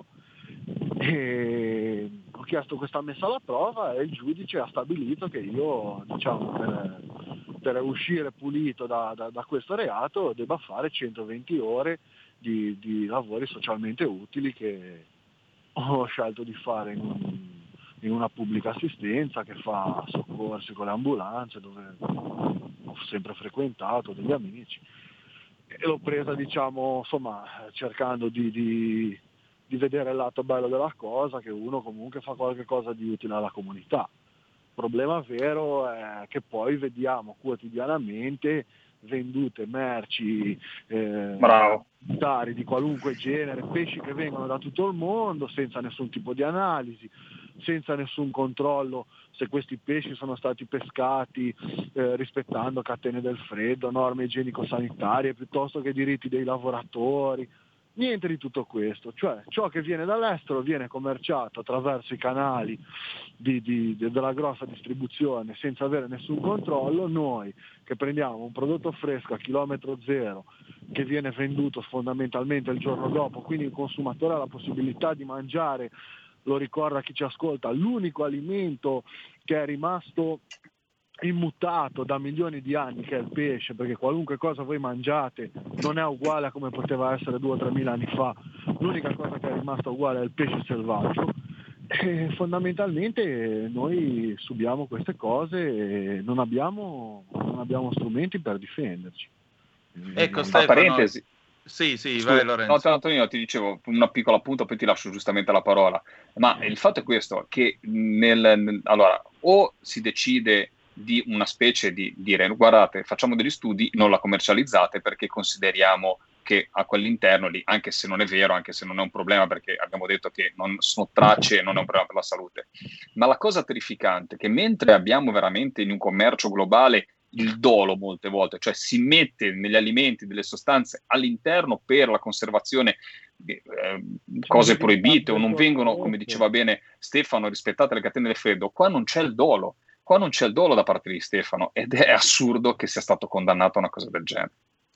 E ho chiesto questa messa alla prova e il giudice ha stabilito che io, diciamo, per, per uscire pulito da, da, da questo reato debba fare centoventi ore di, di lavori socialmente utili che ho scelto di fare in, un, in una pubblica assistenza che fa soccorsi con le ambulanze, dove ho sempre frequentato degli amici, e l'ho presa, diciamo, insomma, cercando di, di, di vedere il lato bello della cosa, che uno comunque fa qualche cosa di utile alla comunità. Il problema vero è che poi vediamo quotidianamente vendute merci eh, di qualunque genere, pesci che vengono da tutto il mondo senza nessun tipo di analisi, senza nessun controllo se questi pesci sono stati pescati eh, rispettando catene del freddo, norme igienico-sanitarie piuttosto che diritti dei lavoratori. Niente di tutto questo, cioè ciò che viene dall'estero viene commerciato attraverso i canali di, di, di, della grossa distribuzione senza avere nessun controllo. Noi che prendiamo un prodotto fresco a chilometro zero che viene venduto fondamentalmente il giorno dopo, quindi il consumatore ha la possibilità di mangiare, lo ricorda chi ci ascolta, l'unico alimento che è rimasto immutato da milioni di anni, che è il pesce, perché qualunque cosa voi mangiate non è uguale a come poteva essere due o tre mila anni fa. L'unica cosa che è rimasta uguale è il pesce selvaggio e fondamentalmente noi subiamo queste cose e non abbiamo, non abbiamo strumenti per difenderci. Ecco, A Stefano, parentesi, sì, sì, scusa, vai Lorenzo. no, Antonino, ti dicevo una piccola appunto, poi ti lascio giustamente la parola, ma il fatto è questo, che nel, nel allora o si decide di una specie di dire guardate, facciamo degli studi, non la commercializzate perché consideriamo che a quell'interno lì, anche se non è vero, anche se non è un problema, perché abbiamo detto che non sono tracce e non è un problema per la salute, ma la cosa terrificante è che mentre abbiamo veramente in un commercio globale il dolo molte volte, cioè si mette negli alimenti delle sostanze all'interno per la conservazione di eh, cose proibite o non vengono, come diceva bene Stefano, rispettate le catene del freddo, qua non c'è il dolo. Qua non c'è il dolo da parte di Stefano ed è assurdo che sia stato condannato a una cosa del genere.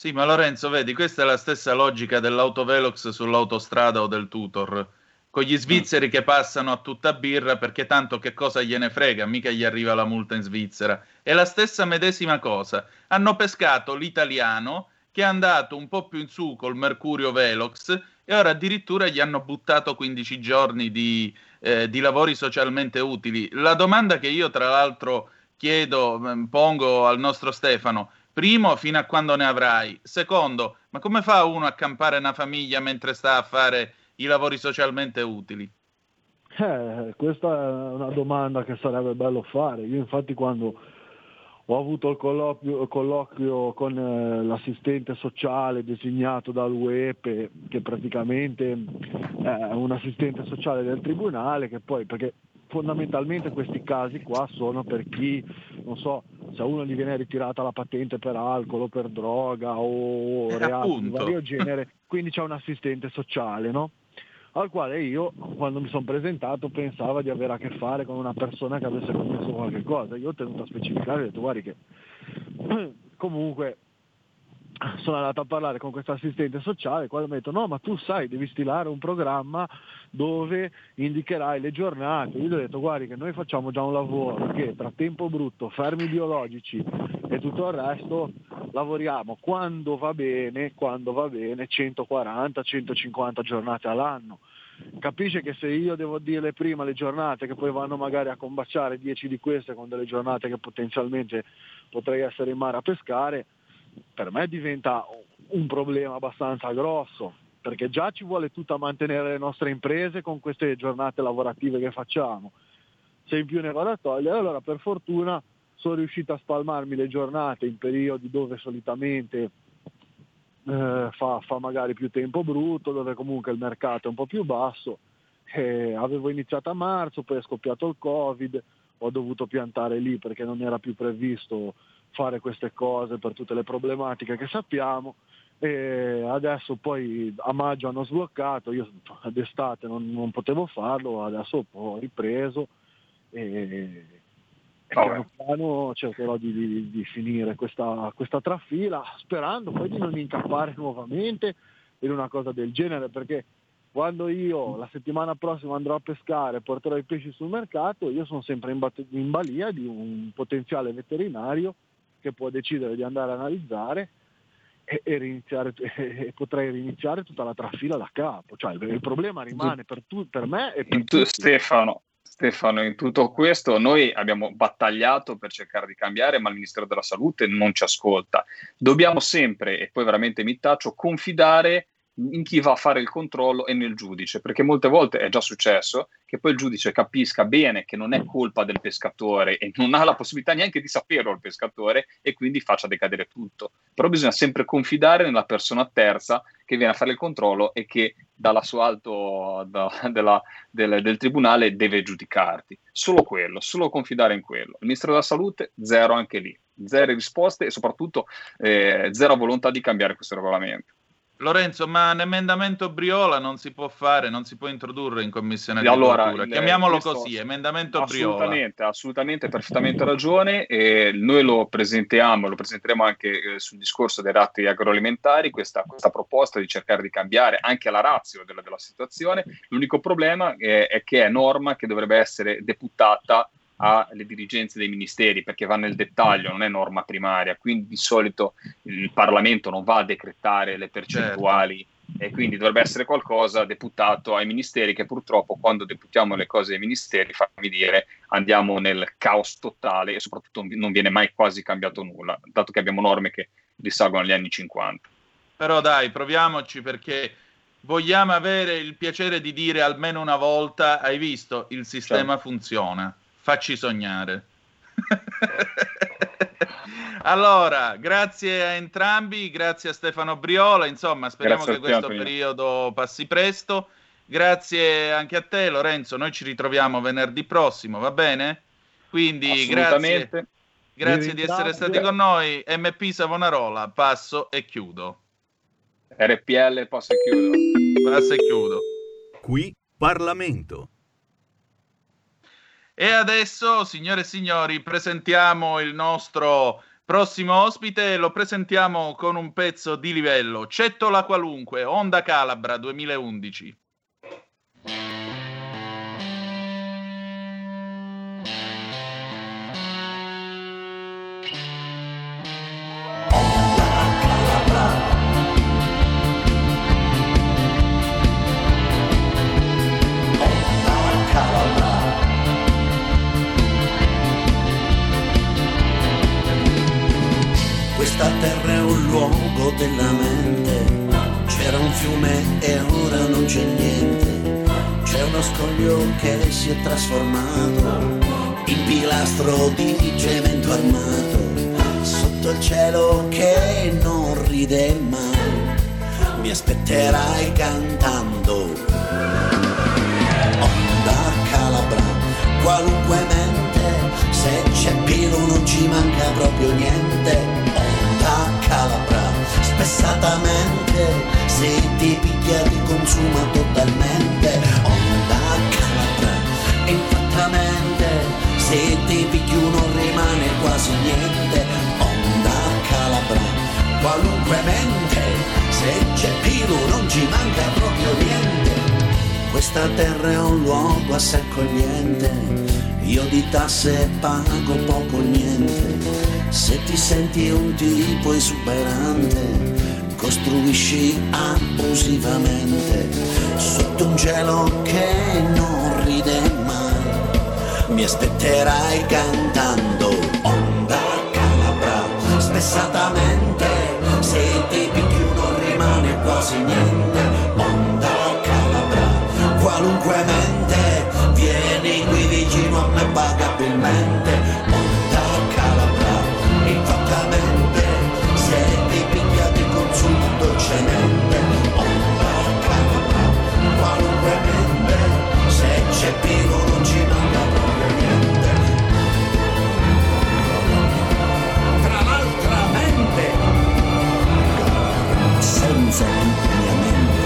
Sì, ma Lorenzo, vedi, questa è la stessa logica dell'autovelox sull'autostrada o del tutor, con gli svizzeri che passano a tutta birra perché tanto che cosa gliene frega, mica gli arriva la multa in Svizzera. È la stessa medesima cosa. Hanno pescato l'italiano che è andato un po' più in su col Mercurio Velox e ora addirittura gli hanno buttato quindici giorni di, eh, di lavori socialmente utili. La domanda che io tra l'altro chiedo, pongo al nostro Stefano: primo, fino a quando ne avrai? Secondo, ma come fa uno a campare una famiglia mentre sta a fare i lavori socialmente utili? Eh, questa è una domanda che sarebbe bello fare. Io infatti quando ho avuto il colloquio, colloquio con eh, l'assistente sociale designato dall'U E P E, che praticamente è un assistente sociale del tribunale, che poi, perché fondamentalmente questi casi qua sono per chi, non so, se a uno gli viene ritirata la patente per alcol o per droga o Eh, reati di appunto. vario genere, quindi c'è un assistente sociale, no? Al quale io, quando mi sono presentato, pensavo di avere a che fare con una persona che avesse commesso qualche cosa. Io ho tenuto a specificare, ho detto guardi che comunque sono andato a parlare con questo assistente sociale, quando mi ha detto no, ma tu sai, devi stilare un programma dove indicherai le giornate. Io gli ho detto guardi che noi facciamo già un lavoro che tra tempo brutto, fermi biologici e tutto il resto lavoriamo quando va bene, quando va bene centoquaranta centocinquanta giornate all'anno. Capisce che se io devo dirle prima le giornate che poi vanno magari a combaciare dieci di queste con delle giornate che potenzialmente potrei essere in mare a pescare, per me diventa un problema abbastanza grosso, perché già ci vuole tutto a mantenere le nostre imprese con queste giornate lavorative che facciamo. Se in più ne vado a togliere, allora per fortuna sono riuscito a spalmarmi le giornate in periodi dove solitamente eh, fa, fa magari più tempo brutto, dove comunque il mercato è un po' più basso. Eh, avevo iniziato a marzo, poi è scoppiato il Covid, ho dovuto piantare lì perché non era più previsto fare queste cose per tutte le problematiche che sappiamo, e adesso poi a maggio hanno sbloccato, io d'estate non, non potevo farlo, adesso ho ripreso e, e piano piano cercherò di, di, di finire questa, questa trafila, sperando poi di non incappare nuovamente in una cosa del genere, perché quando io la settimana prossima andrò a pescare e porterò i pesci sul mercato, io sono sempre in, bat- in balia di un potenziale veterinario che può decidere di andare a analizzare e, e, riniziare, e potrei riniziare tutta la trafila da capo. Cioè, il, il problema rimane per, tu, per me e per tu, tutti. Stefano, Stefano, in tutto questo noi abbiamo battagliato per cercare di cambiare, ma il Ministero della Salute non ci ascolta. Dobbiamo sempre, e poi veramente mi taccio, confidare in chi va a fare il controllo e nel giudice, perché molte volte è già successo che poi il giudice capisca bene che non è colpa del pescatore e non ha la possibilità neanche di saperlo il pescatore e quindi faccia decadere tutto. Però bisogna sempre confidare nella persona terza che viene a fare il controllo e che dalla sua alto da, della, del, del tribunale deve giudicarti. Solo quello, solo confidare in quello. Il Ministero della Salute, zero anche lì, zero risposte e soprattutto eh, zero volontà di cambiare questo regolamento. Lorenzo, ma un emendamento Briola non si può fare, non si può introdurre in Commissione Allora, Agricoltura. il, Chiamiamolo questo, così, emendamento assolutamente, Briola. Assolutamente, perfettamente ragione. E noi lo presentiamo, lo presenteremo anche eh, sul discorso dei reati agroalimentari, questa, questa proposta di cercare di cambiare anche la ratio della, della situazione. L'unico problema è, è che è norma che dovrebbe essere deputata alle dirigenze dei ministeri, perché va nel dettaglio, non è norma primaria, quindi di solito il Parlamento non va a decretare le percentuali, certo. E quindi dovrebbe essere qualcosa deputato ai ministeri, che purtroppo quando deputiamo le cose ai ministeri, fammi dire, andiamo nel caos totale e soprattutto non viene mai quasi cambiato nulla, dato che abbiamo norme che risalgono agli anni cinquanta. Però dai, proviamoci, perché vogliamo avere il piacere di dire almeno una volta: hai visto, il sistema certo. funziona. Facci sognare. Allora, grazie a entrambi, grazie a Stefano Briola, insomma, speriamo grazie che questo te, periodo passi presto. Grazie anche a te, Lorenzo, noi ci ritroviamo venerdì prossimo, va bene? Quindi grazie, grazie di essere stati con noi. M P Savonarola, passo e chiudo. R P L, passo e chiudo. Passo e chiudo. Qui Parlamento. E adesso, signore e signori, presentiamo il nostro Prossimo ospite lo presentiamo con un pezzo di livello. Cettola qualunque, Onda Calabra duemilaundici. Questa terra è un luogo della mente, c'era un fiume e ora non c'è niente, c'è uno scoglio che si è trasformato in pilastro di cemento armato, sotto il cielo che non ride mai, mi aspetterai cantando. Onda Calabra, qualunque mente, se c'è Pilo non ci manca proprio niente. Calabra, spessatamente, se ti picchia ti consuma totalmente. Onda Calabra, infattamente, se ti picchi non rimane quasi niente. Onda Calabra, qualunque mente, se c'è Pilo non ci manca proprio niente. Questa terra è un luogo assai accogliente, io di tasse pago poco o niente. Se ti senti un tipo esuberante, costruisci abusivamente sotto un cielo che non ride mai, mi aspetterai cantando. Onda Calabra, spessatamente, se ti picchi non rimane quasi niente. Onda Calabra, qualunque mente, vieni qui vicino a me pagabilmente. Dolcemente, onda Calabra, qualunque mente, se c'è Pilo non ci manca proprio niente. Tra l'altra mente, senza mia mente,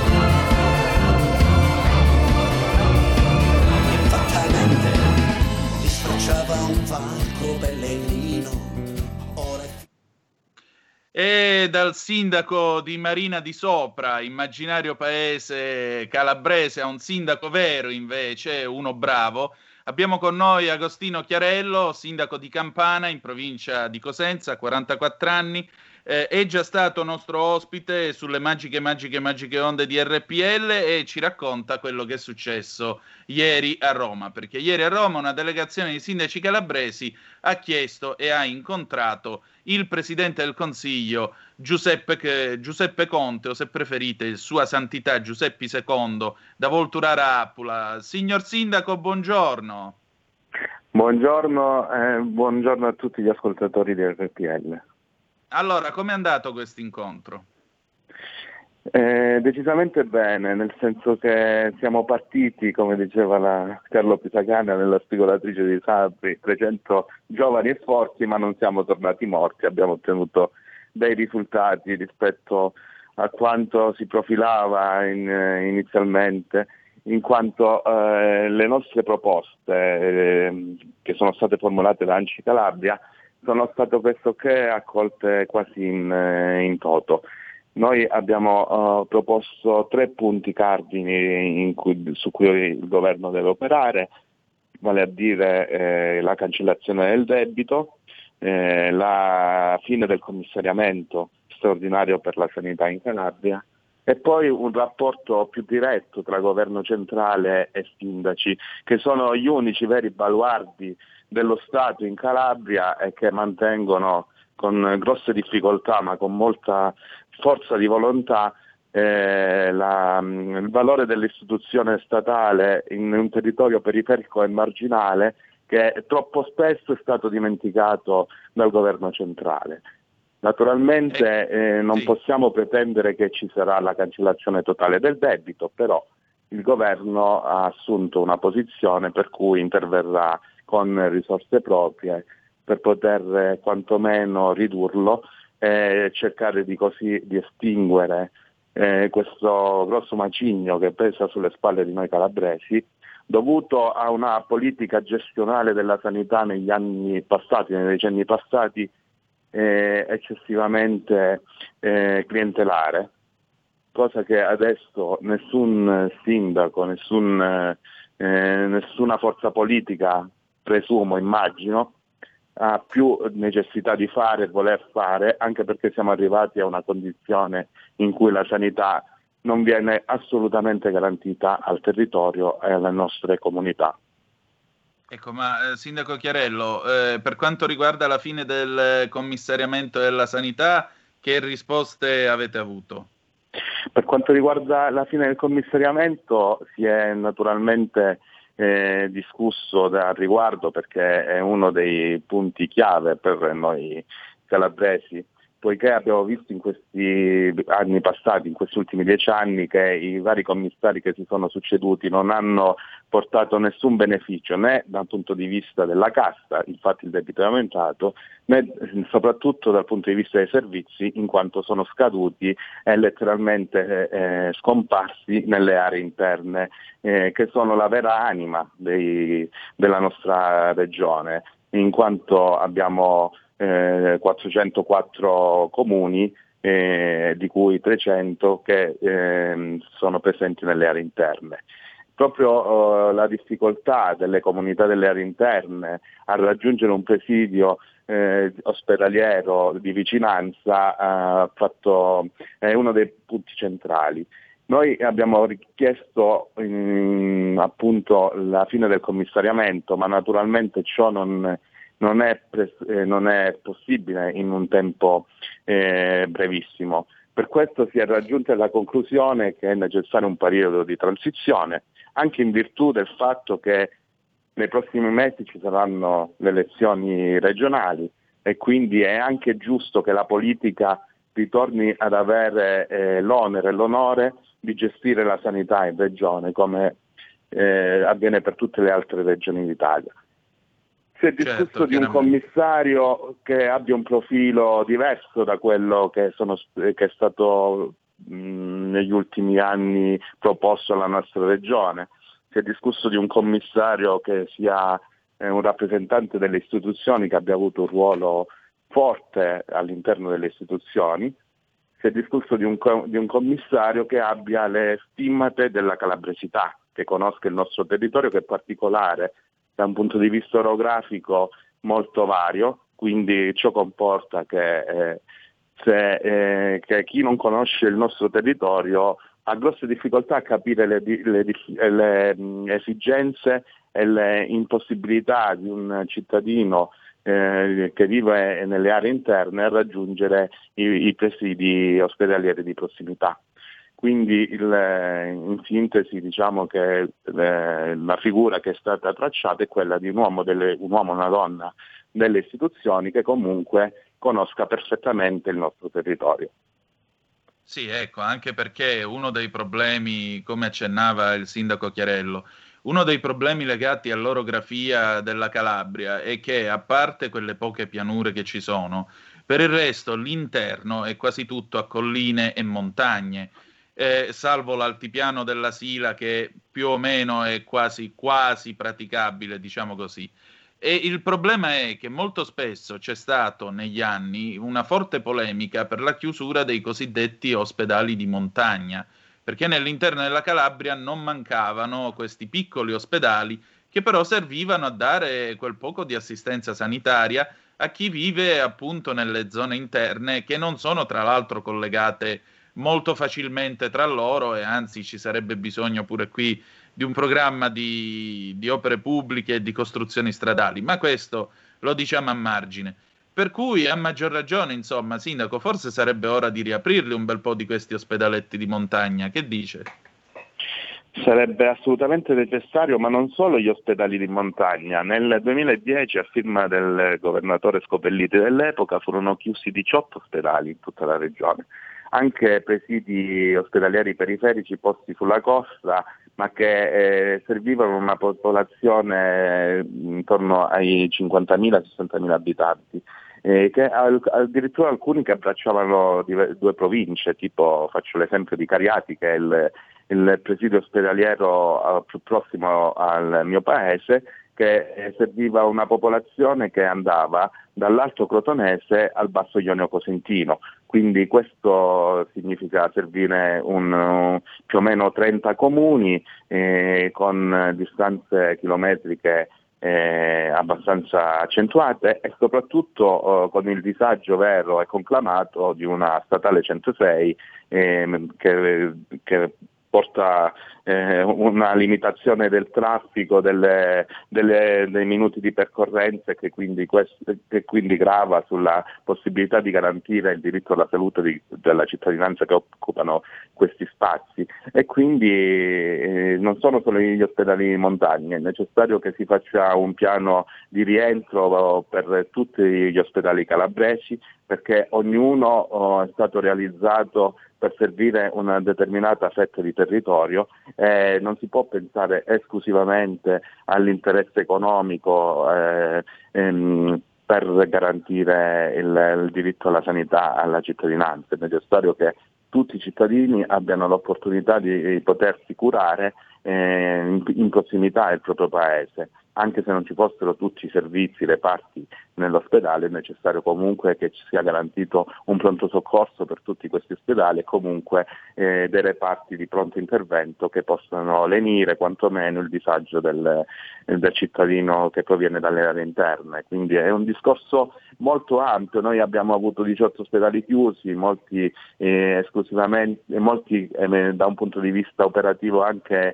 infattamente, disfacciava un falco pellegrino. E dal sindaco di Marina di Sopra, immaginario paese calabrese, a un sindaco vero invece, uno bravo, abbiamo con noi Agostino Chiarello, sindaco di Campana in provincia di Cosenza, quarantaquattro anni, eh, è già stato nostro ospite sulle magiche, magiche, magiche onde di R P L e ci racconta quello che è successo ieri a Roma, perché ieri a Roma una delegazione di sindaci calabresi ha chiesto e ha incontrato il Presidente del Consiglio Giuseppe, Giuseppe Conte, o se preferite Sua Santità Giuseppe secondo, da Volturara Appula. Signor Sindaco, buongiorno. Buongiorno, eh, buongiorno a tutti gli ascoltatori di R P L. Allora, com'è andato questo incontro? Eh, decisamente bene, nel senso che siamo partiti, come diceva la Carlo Pisacane nella Spigolatrice di Sabri, trecento giovani e forti, ma non siamo tornati morti, abbiamo ottenuto dei risultati rispetto a quanto si profilava in, inizialmente, in quanto eh, le nostre proposte eh, che sono state formulate da Anci Calabria sono state pressoché accolte quasi in, in toto. Noi abbiamo uh, proposto tre punti cardini in cui, su cui il governo deve operare, vale a dire eh, la cancellazione del debito, eh, la fine del commissariamento straordinario per la sanità in Calabria e poi un rapporto più diretto tra governo centrale e sindaci, che sono gli unici veri baluardi dello Stato in Calabria e che mantengono con grosse difficoltà ma con molta forza di volontà eh, la, il valore dell'istituzione statale in un territorio periferico e marginale che troppo spesso è stato dimenticato dal governo centrale. Naturalmente eh, non possiamo pretendere che ci sarà la cancellazione totale del debito, però il governo ha assunto una posizione per cui interverrà con risorse proprie per poter quantomeno ridurlo e cercare di così di estinguere eh, questo grosso macigno che pesa sulle spalle di noi calabresi, dovuto a una politica gestionale della sanità negli anni passati, nei decenni passati, eh, eccessivamente eh, clientelare, cosa che adesso nessun sindaco, nessun, eh, nessuna forza politica, presumo, immagino, ha più necessità di fare, voler fare, anche perché siamo arrivati a una condizione in cui la sanità non viene assolutamente garantita al territorio e alle nostre comunità. Ecco, ma eh, Sindaco Chiarello, eh, per quanto riguarda la fine del commissariamento della sanità, che risposte avete avuto? Per quanto riguarda la fine del commissariamento, si è naturalmente eh, discusso al riguardo, perché è uno dei punti chiave per noi calabresi, poiché abbiamo visto in questi anni passati, in questi ultimi dieci anni, che i vari commissari che si sono succeduti non hanno portato nessun beneficio, né dal punto di vista della cassa, infatti il debito è aumentato, né soprattutto dal punto di vista dei servizi, in quanto sono scaduti e letteralmente eh, scomparsi nelle aree interne, eh, che sono la vera anima dei, della nostra regione, in quanto abbiamo Eh, quattrocentoquattro comuni, eh, di cui trecento che eh, sono presenti nelle aree interne. Proprio eh, la difficoltà delle comunità delle aree interne a raggiungere un presidio eh, ospedaliero di vicinanza ha fatto, è uno dei punti centrali. Noi abbiamo richiesto in, appunto la fine del commissariamento, ma naturalmente ciò non Non è, pres- eh, non è possibile in un tempo eh, brevissimo. Per questo si è raggiunta la conclusione che è necessario un periodo di transizione, anche in virtù del fatto che nei prossimi mesi ci saranno le elezioni regionali e quindi è anche giusto che la politica ritorni ad avere eh, l'onere e l'onore di gestire la sanità in regione, come eh, avviene per tutte le altre regioni d'Italia. Si è discusso Certo, di un commissario che abbia un profilo diverso da quello che, sono, che è stato mh, negli ultimi anni proposto alla nostra regione. Si è discusso di un commissario che sia eh, un rappresentante delle istituzioni, che abbia avuto un ruolo forte all'interno delle istituzioni. Si è discusso di un, di un commissario che abbia le stimmate della calabresità, che conosca il nostro territorio, che è particolare da un punto di vista orografico molto vario, quindi ciò comporta che, eh, se, eh, che chi non conosce il nostro territorio ha grosse difficoltà a capire le, le, le, le esigenze e le impossibilità di un cittadino eh, che vive nelle aree interne a raggiungere i, i presidi ospedalieri di prossimità. Quindi il, in sintesi diciamo che eh, la figura che è stata tracciata è quella di un uomo, delle, un uomo, una donna delle istituzioni che comunque conosca perfettamente il nostro territorio. Sì, ecco, anche perché uno dei problemi, come accennava il sindaco Chiarello, uno dei problemi legati all'orografia della Calabria è che, a parte quelle poche pianure che ci sono, per il resto l'interno è quasi tutto a colline e montagne. Eh, salvo l'altipiano della Sila, che più o meno è quasi, quasi praticabile, diciamo così. E il problema è che molto spesso c'è stato negli anni una forte polemica per la chiusura dei cosiddetti ospedali di montagna, perché nell'interno della Calabria non mancavano questi piccoli ospedali che però servivano a dare quel poco di assistenza sanitaria a chi vive appunto nelle zone interne, che non sono tra l'altro collegate molto facilmente tra loro, e anzi ci sarebbe bisogno pure qui di un programma di, di opere pubbliche e di costruzioni stradali, ma questo lo diciamo a margine. Per cui a maggior ragione, insomma, sindaco, forse sarebbe ora di riaprirli un bel po' di questi ospedaletti di montagna, che dice? Sarebbe assolutamente necessario, ma non solo gli ospedali di montagna. Nel duemiladieci, a firma del governatore Scopelliti dell'epoca, furono chiusi diciotto ospedali in tutta la regione, anche presidi ospedalieri periferici posti sulla costa, ma che eh, servivano una popolazione intorno ai cinquantamila sessantamila abitanti, eh, che al, addirittura alcuni che abbracciavano due, due province, tipo faccio l'esempio di Cariati, che è il, il presidio ospedaliero più prossimo al mio paese, che eh, serviva una popolazione che andava dall'Alto Crotonese al Basso Ionio Cosentino, quindi questo significa servire un, uh, più o meno trenta comuni eh, con distanze chilometriche Eh, abbastanza accentuate e soprattutto eh, con il disagio vero e conclamato di una statale centosei eh, che, che porta eh, una limitazione del traffico, delle, delle, dei minuti di percorrenza che quindi, questo, che quindi grava sulla possibilità di garantire il diritto alla salute di, della cittadinanza che occupano questi spazi. E quindi eh, non sono solo gli ospedali di montagna, è necessario che si faccia un piano di rientro per tutti gli ospedali calabresi, perché ognuno oh, è stato realizzato per servire una determinata fetta di territorio. Eh, non si può pensare esclusivamente all'interesse economico eh, ehm, per garantire il, il diritto alla sanità, alla cittadinanza. È necessario che tutti i cittadini abbiano l'opportunità di, di potersi curare eh, in, in prossimità del proprio paese. Anche se non ci fossero tutti i servizi, i reparti nell'ospedale, è necessario comunque che ci sia garantito un pronto soccorso per tutti questi ospedali e comunque eh, dei reparti di pronto intervento che possano lenire quantomeno il disagio del, del cittadino che proviene dalle aree interne. Quindi è un discorso molto ampio. Noi abbiamo avuto diciotto ospedali chiusi, molti eh, esclusivamente, molti eh, da un punto di vista operativo anche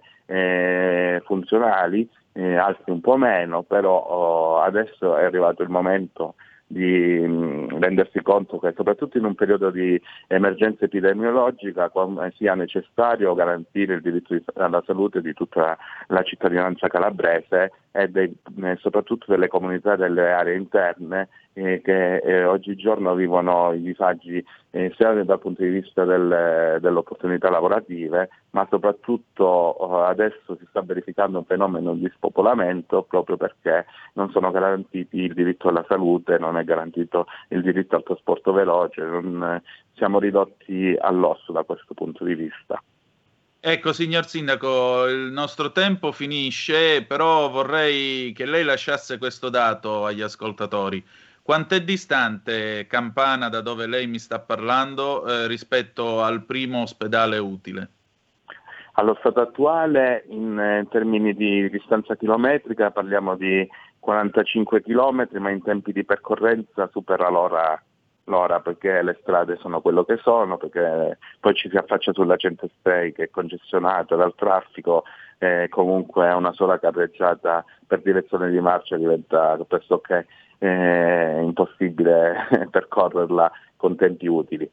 eh, funzionali, Eh, altri un po' meno, però oh, adesso è arrivato il momento di mh, rendersi conto che soprattutto in un periodo di emergenza epidemiologica come sia necessario garantire il diritto di, alla salute di tutta la cittadinanza calabrese e dei, eh, soprattutto delle comunità delle aree interne eh, che eh, oggigiorno vivono i disagi eh, sia dal punto di vista del, delle opportunità lavorative, ma soprattutto eh, adesso si sta verificando un fenomeno di spopolamento proprio perché non sono garantiti il diritto alla salute, non è garantito il diritto al trasporto veloce, non, eh, siamo ridotti all'osso da questo punto di vista. Ecco, signor Sindaco, il nostro tempo finisce, però vorrei che lei lasciasse questo dato agli ascoltatori. Quant'è distante Campana, da dove lei mi sta parlando, eh, rispetto al primo ospedale utile? Allo stato attuale, in eh, termini di distanza chilometrica, parliamo di quarantacinque chilometri, ma in tempi di percorrenza supera l'ora, l'ora perché le strade sono quello che sono, perché poi ci si affaccia sulla centosei che è congestionata dal traffico, eh, comunque una sola carreggiata per direzione di marcia diventa pressoché eh, impossibile percorrerla con tempi utili.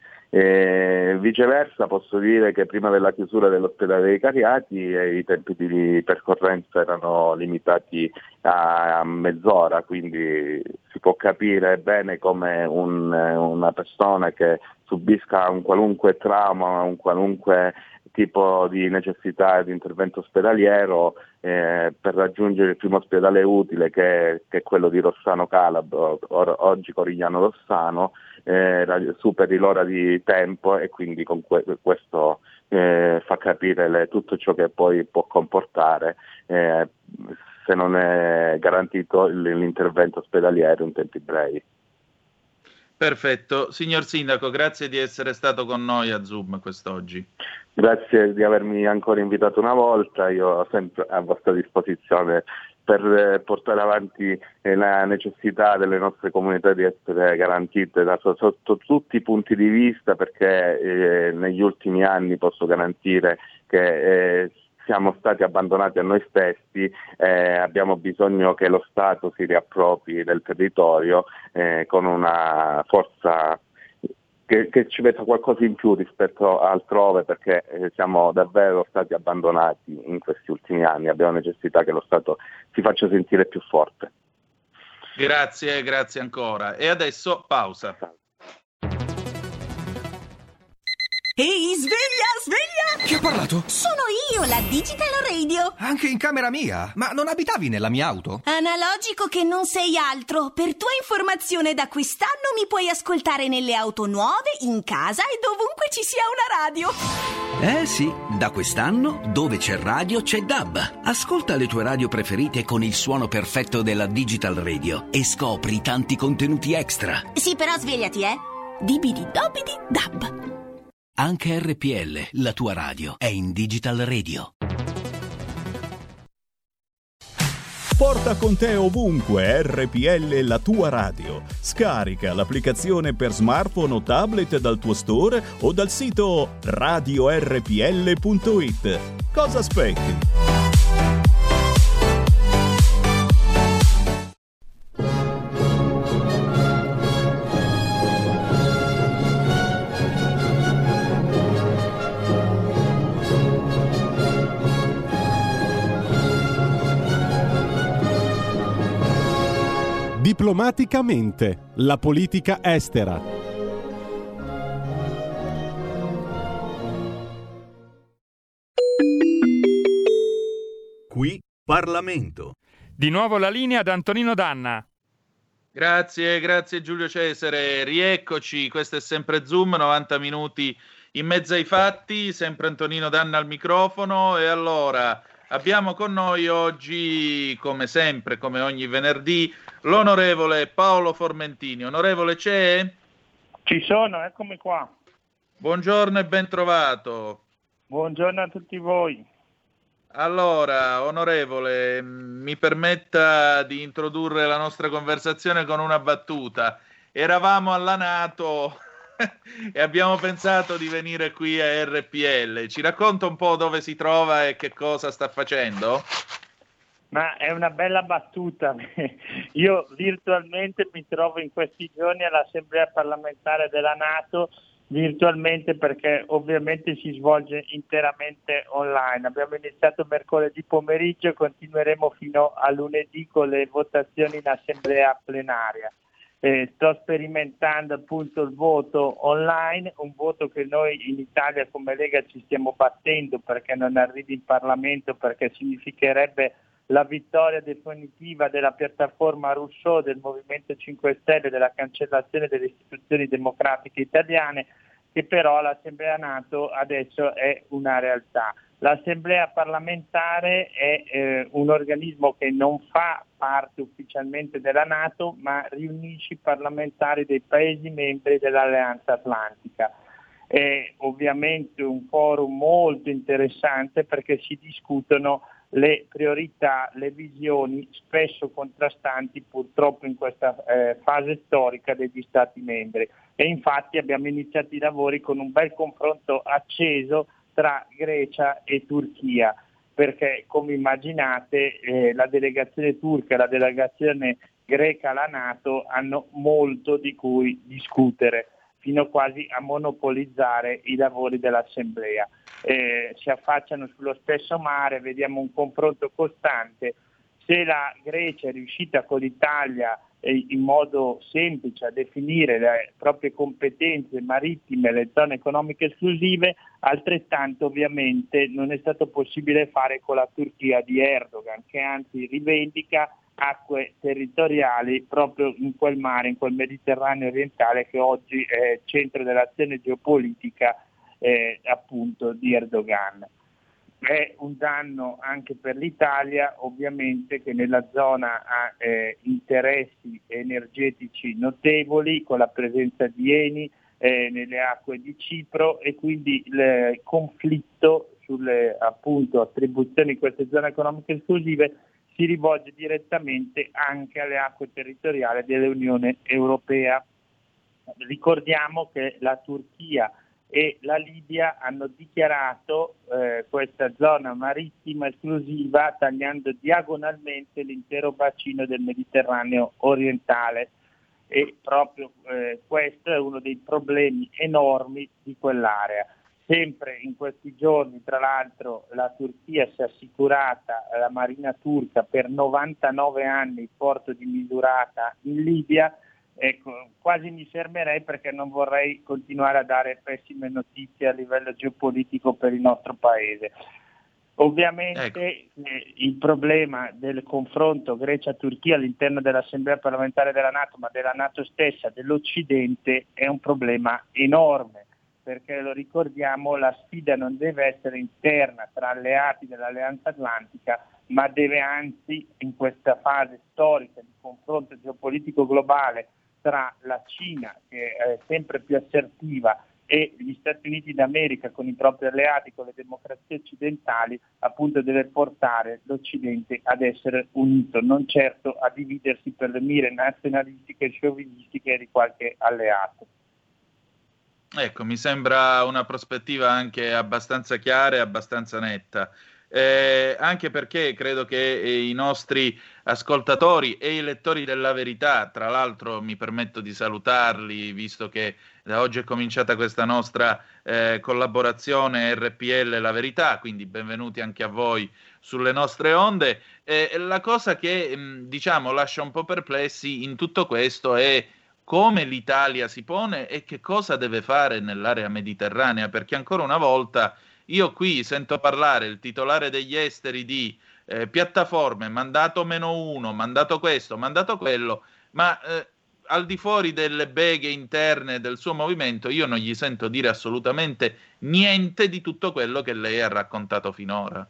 E viceversa posso dire che prima della chiusura dell'ospedale dei Cariati eh, i tempi di percorrenza erano limitati a, a mezz'ora, quindi si può capire bene come un, una persona che subisca un qualunque trauma, un qualunque tipo di necessità di intervento ospedaliero eh, per raggiungere il primo ospedale utile che, che è quello di Rossano Calabro, or, oggi Corigliano Rossano, eh, superi l'ora di tempo e quindi con que- questo eh, fa capire le, tutto ciò che poi può comportare eh, se non è garantito l'intervento ospedaliero in tempi brevi. Perfetto. Signor Sindaco, grazie di essere stato con noi a Zoom quest'oggi. Grazie di avermi ancora invitato una volta, io sempre a vostra disposizione per eh, portare avanti eh, la necessità delle nostre comunità di essere garantite da, sotto tutti i punti di vista, perché eh, negli ultimi anni posso garantire che eh, siamo stati abbandonati a noi stessi, eh, abbiamo bisogno che lo Stato si riappropri del territorio eh, con una forza che, che ci metta qualcosa in più rispetto altrove, perché eh, siamo davvero stati abbandonati in questi ultimi anni, abbiamo necessità che lo Stato si faccia sentire più forte. Grazie, grazie ancora. E adesso pausa. Ehi, sveglia, sveglia! Che parlato? Sono io, la Digital Radio. Anche in camera mia? Ma non abitavi nella mia auto? Analogico che non sei altro. Per tua informazione, da quest'anno mi puoi ascoltare nelle auto nuove, in casa e dovunque ci sia una radio. Eh sì, da quest'anno dove c'è radio c'è D A B. Ascolta le tue radio preferite con il suono perfetto della Digital Radio e scopri tanti contenuti extra. Sì, però svegliati, eh. Dibidi dobidi D A B. Anche R P L, la tua radio, è in Digital Radio. Porta con te ovunque R P L, la tua radio. Scarica l'applicazione per smartphone o tablet dal tuo store o dal sito radio r p l punto i t. Cosa aspetti? Diplomaticamente, la politica estera. Qui Parlamento. Di nuovo la linea ad Antonino Danna. Grazie, grazie Giulio Cesare. Rieccoci, questo è sempre Zoom, novanta minuti in mezzo ai fatti, sempre Antonino Danna al microfono. E allora abbiamo con noi oggi, come sempre, come ogni venerdì, l'onorevole Paolo Formentini. Onorevole, c'è? Ci sono, eccomi qua. Buongiorno e ben trovato. Buongiorno a tutti voi. Allora, onorevole, mi permetta di introdurre la nostra conversazione con una battuta. Eravamo alla NATO e abbiamo pensato di venire qui a R P L. Ci racconta un po' dove si trova e che cosa sta facendo? Ma è una bella battuta. Io virtualmente mi trovo in questi giorni all'Assemblea parlamentare della NATO, virtualmente perché ovviamente si svolge interamente online. Abbiamo iniziato mercoledì pomeriggio e continueremo fino a lunedì con le votazioni in assemblea plenaria. Eh, sto sperimentando appunto il voto online, un voto che noi in Italia come Lega ci stiamo battendo perché non arrivi in Parlamento, perché significherebbe la vittoria definitiva della piattaforma Rousseau, del Movimento cinque Stelle, della cancellazione delle istituzioni democratiche italiane, che però l'Assemblea NATO adesso è una realtà. L'Assemblea parlamentare è eh, un organismo che non fa parte ufficialmente della NATO, ma riunisce i parlamentari dei Paesi membri dell'Alleanza Atlantica. È ovviamente un forum molto interessante perché si discutono le priorità, le visioni spesso contrastanti purtroppo in questa eh, fase storica degli Stati membri. E infatti abbiamo iniziato i lavori con un bel confronto acceso tra Grecia e Turchia, perché come immaginate eh, la delegazione turca e la delegazione greca alla NATO hanno molto di cui discutere, fino quasi a monopolizzare i lavori dell'Assemblea. Eh, si affacciano sullo stesso mare, vediamo un confronto costante. Se la Grecia è riuscita con l'Italia eh, in modo semplice a definire le proprie competenze marittime, le zone economiche esclusive, altrettanto ovviamente non è stato possibile fare con la Turchia di Erdogan, che anzi rivendica acque territoriali proprio in quel mare, in quel Mediterraneo orientale che oggi è centro dell'azione geopolitica eh, appunto di Erdogan. È un danno anche per l'Italia, ovviamente, che nella zona ha eh, interessi energetici notevoli con la presenza di Eni eh, nelle acque di Cipro, e quindi il conflitto sulle appunto attribuzioni di queste zone economiche esclusive si rivolge direttamente anche alle acque territoriali dell'Unione Europea. Ricordiamo che la Turchia e la Libia hanno dichiarato eh, questa zona marittima esclusiva tagliando diagonalmente l'intero bacino del Mediterraneo orientale, e proprio eh, questo è uno dei problemi enormi di quell'area. Sempre in questi giorni, tra l'altro, la Turchia si è assicurata, la marina turca, per novantanove anni il porto di Misurata in Libia, ecco, quasi mi fermerei perché non vorrei continuare a dare pessime notizie a livello geopolitico per il nostro paese. Ovviamente ecco. eh, il problema del confronto Grecia-Turchia all'interno dell'Assemblea parlamentare della NATO, ma della NATO stessa, dell'Occidente, è un problema enorme, perché lo ricordiamo, la sfida non deve essere interna tra alleati dell'Alleanza Atlantica, ma deve anzi, in questa fase storica di confronto geopolitico globale tra la Cina, che è sempre più assertiva, e gli Stati Uniti d'America con i propri alleati, con le democrazie occidentali, appunto deve portare l'Occidente ad essere unito, non certo a dividersi per le mire nazionalistiche e sciovinistiche di qualche alleato. Ecco, mi sembra una prospettiva anche abbastanza chiara e abbastanza netta. Eh, anche perché credo che eh, i nostri ascoltatori e i lettori della Verità, tra l'altro mi permetto di salutarli, visto che da oggi è cominciata questa nostra eh, collaborazione R P L La Verità, quindi benvenuti anche a voi sulle nostre onde. Eh, la cosa che mh, diciamo lascia un po' perplessi in tutto questo è come l'Italia si pone e che cosa deve fare nell'area mediterranea, perché ancora una volta io qui sento parlare il titolare degli esteri di eh, piattaforme, mandato meno uno, mandato questo, mandato quello, ma eh, al di fuori delle beghe interne del suo movimento io non gli sento dire assolutamente niente di tutto quello che lei ha raccontato finora.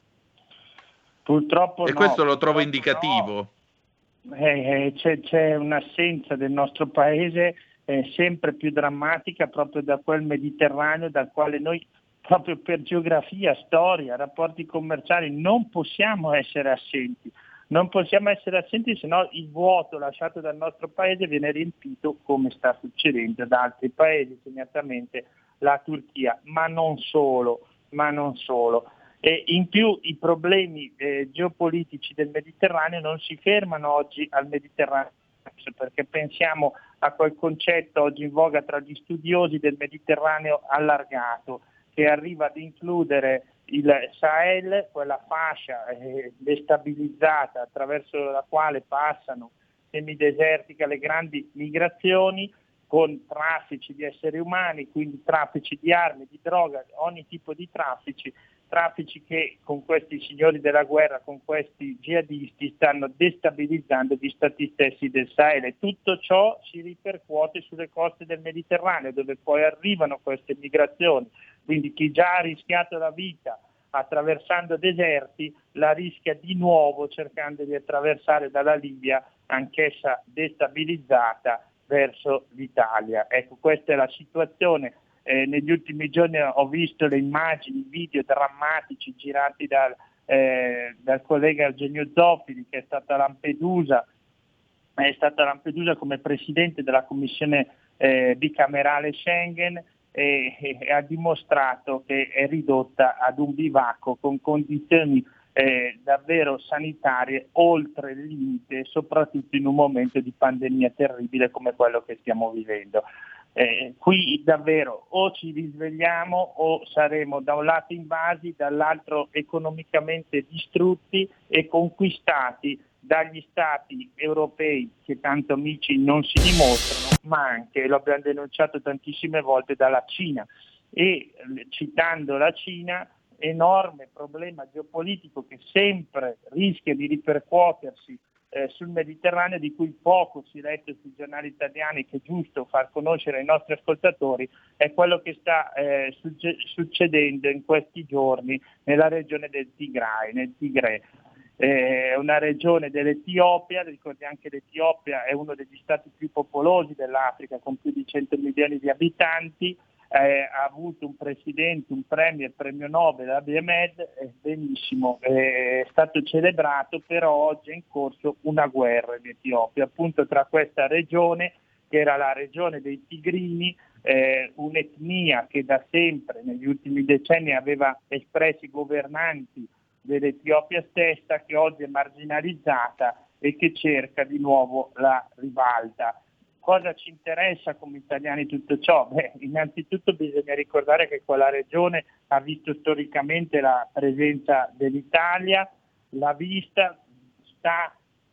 Purtroppo e no, questo lo trovo purtroppo indicativo. No. Eh, c'è, c'è un'assenza del nostro paese eh, sempre più drammatica proprio da quel Mediterraneo dal quale noi, proprio per geografia, storia, rapporti commerciali, non possiamo essere assenti. Non possiamo essere assenti, se no il vuoto lasciato dal nostro paese viene riempito, come sta succedendo da altri paesi, segnatamente la Turchia, ma non solo, ma non solo. E in più i problemi eh, geopolitici del Mediterraneo non si fermano oggi al Mediterraneo, perché pensiamo a quel concetto oggi in voga tra gli studiosi del Mediterraneo allargato, che arriva ad includere il Sahel, quella fascia eh, destabilizzata attraverso la quale passano semidesertica le grandi migrazioni, con traffici di esseri umani, quindi traffici di armi, di droga, ogni tipo di traffici, traffici che con questi signori della guerra, con questi jihadisti, stanno destabilizzando gli stati stessi del Sahel, e tutto ciò si ripercuote sulle coste del Mediterraneo, dove poi arrivano queste migrazioni. Quindi chi già ha rischiato la vita attraversando deserti la rischia di nuovo cercando di attraversare dalla Libia, anch'essa destabilizzata, verso l'Italia. Ecco, questa è la situazione. Eh, negli ultimi giorni ho visto le immagini, i video drammatici girati dal, eh, dal collega Eugenio Zoffili, che è stata a Lampedusa, è stata a Lampedusa come presidente della commissione eh, bicamerale Schengen, e, e ha dimostrato che è ridotta ad un bivacco con condizioni eh, davvero sanitarie oltre il limite, soprattutto in un momento di pandemia terribile come quello che stiamo vivendo. Eh, qui davvero o ci risvegliamo o saremo da un lato invasi, dall'altro economicamente distrutti e conquistati dagli stati europei che tanto amici non si dimostrano, ma anche, lo abbiamo denunciato tantissime volte, dalla Cina. E citando la Cina, enorme problema geopolitico che sempre rischia di ripercuotersi eh, sul Mediterraneo, di cui poco si è letto sui giornali italiani, che è giusto far conoscere ai nostri ascoltatori, è quello che sta eh, succe- succedendo in questi giorni nella regione del Tigray, nel Tigray. È una regione dell'Etiopia, ricordiamo anche l'Etiopia è uno degli stati più popolosi dell'Africa, con più di cento milioni di abitanti, eh, ha avuto un presidente, un premier, premio Nobel, Abiy Ahmed, eh, benissimo, eh, è stato celebrato, però oggi è in corso una guerra in Etiopia, appunto tra questa regione, che era la regione dei Tigrini, eh, un'etnia che da sempre, negli ultimi decenni, aveva espressi governanti dell'Etiopia stessa, che oggi è marginalizzata e che cerca di nuovo la ribalta. Cosa ci interessa come italiani tutto ciò? Beh, innanzitutto bisogna ricordare che quella regione ha visto storicamente la presenza dell'Italia, l'ha vista, sta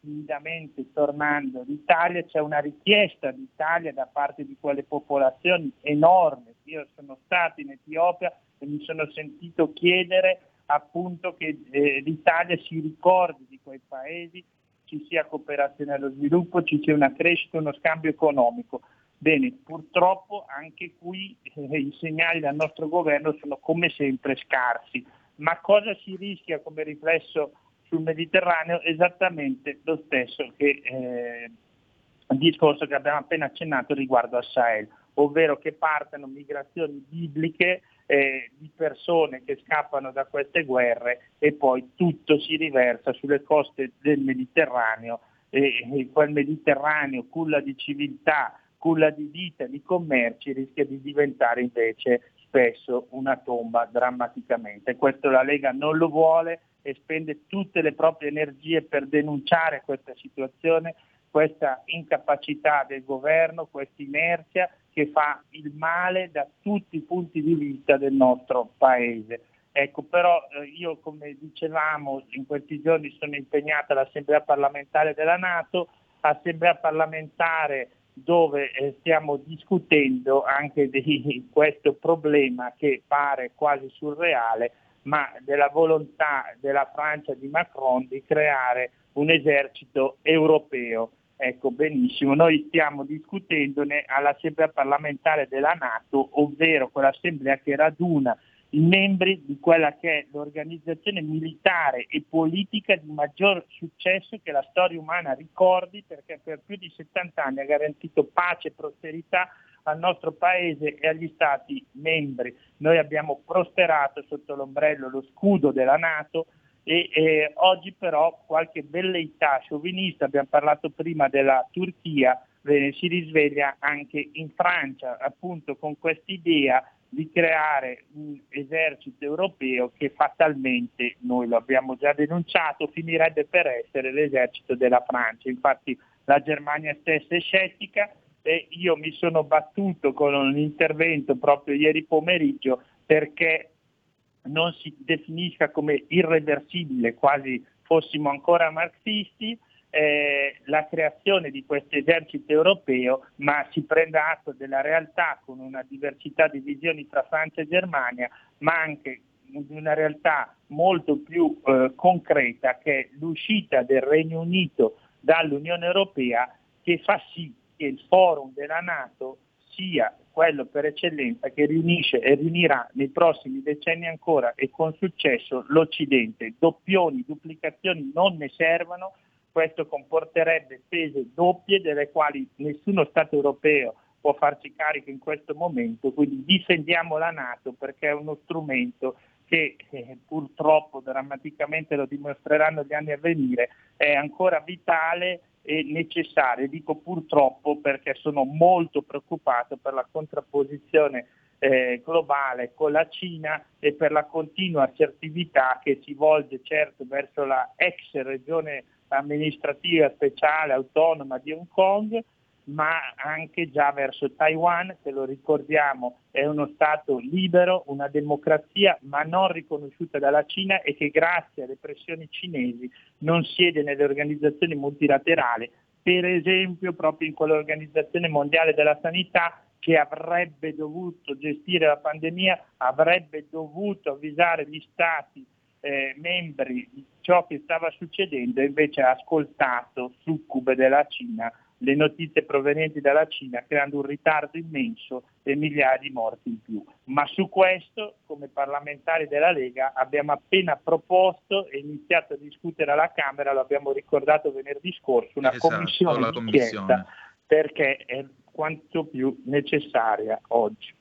timidamente tornando d'Italia, c'è una richiesta d'Italia da parte di quelle popolazioni enorme. Io sono stato in Etiopia e mi sono sentito chiedere appunto che eh, l'Italia si ricordi di quei paesi, ci sia cooperazione allo sviluppo, ci sia una crescita, uno scambio economico. Bene, purtroppo anche qui eh, i segnali dal nostro governo sono come sempre scarsi. Ma cosa si rischia come riflesso sul Mediterraneo? Esattamente lo stesso che eh, il discorso che abbiamo appena accennato riguardo al Sahel, ovvero che partano migrazioni bibliche eh, di persone che scappano da queste guerre e poi tutto si riversa sulle coste del Mediterraneo e, e quel Mediterraneo culla di civiltà, culla di vita, di commerci, rischia di diventare invece spesso una tomba drammaticamente. Questo la Lega non lo vuole e spende tutte le proprie energie per denunciare questa situazione, questa incapacità del governo, questa inerzia che fa il male da tutti i punti di vista del nostro paese. Ecco, però eh, io, come dicevamo, in questi giorni sono impegnata all'Assemblea parlamentare della NATO, Assemblea parlamentare dove eh, stiamo discutendo anche di questo problema che pare quasi surreale, ma della volontà della Francia di Macron di creare un esercito europeo. Ecco, benissimo, noi stiamo discutendone all'Assemblea parlamentare della NATO, ovvero quell'assemblea che raduna i membri di quella che è l'organizzazione militare e politica di maggior successo che la storia umana ricordi, perché per più di settanta anni ha garantito pace e prosperità al nostro paese e agli stati membri. Noi abbiamo prosperato sotto l'ombrello, lo scudo della NATO e eh, oggi però qualche velleità sciovinista, abbiamo parlato prima della Turchia, bene, si risveglia anche in Francia, appunto con quest'idea di creare un esercito europeo che fatalmente, noi lo abbiamo già denunciato, finirebbe per essere l'esercito della Francia. Infatti la Germania stessa è scettica e io mi sono battuto con un intervento proprio ieri pomeriggio perché non si definisca come irreversibile, quasi fossimo ancora marxisti, Eh, la creazione di questo esercito europeo, ma si prenda atto della realtà con una diversità di visioni tra Francia e Germania, ma anche di una realtà molto più eh, concreta che è l'uscita del Regno Unito dall'Unione Europea, che fa sì che il forum della NATO sia quello per eccellenza che riunisce e riunirà nei prossimi decenni ancora e con successo l'Occidente. Doppioni, duplicazioni non ne servono. Questo comporterebbe spese doppie delle quali nessuno Stato europeo può farci carico in questo momento, quindi difendiamo la NATO perché è uno strumento che eh, purtroppo drammaticamente lo dimostreranno gli anni a venire, è ancora vitale e necessario. Dico purtroppo perché sono molto preoccupato per la contrapposizione eh, globale con la Cina e per la continua assertività che si volge certo verso la ex regione amministrativa speciale autonoma di Hong Kong, ma anche già verso Taiwan, che lo ricordiamo è uno Stato libero, una democrazia, ma non riconosciuta dalla Cina e che grazie alle pressioni cinesi non siede nelle organizzazioni multilaterali, per esempio proprio in quell'Organizzazione Mondiale della Sanità che avrebbe dovuto gestire la pandemia, avrebbe dovuto avvisare gli Stati Eh, membri di ciò che stava succedendo e invece ha ascoltato succube della Cina, le notizie provenienti dalla Cina, creando un ritardo immenso e migliaia di morti in più. Ma su questo, come parlamentari della Lega, abbiamo appena proposto e iniziato a discutere alla Camera, lo abbiamo ricordato venerdì scorso, una esatto, commissione la d'inchiesta commissione. perché è quanto più necessaria oggi.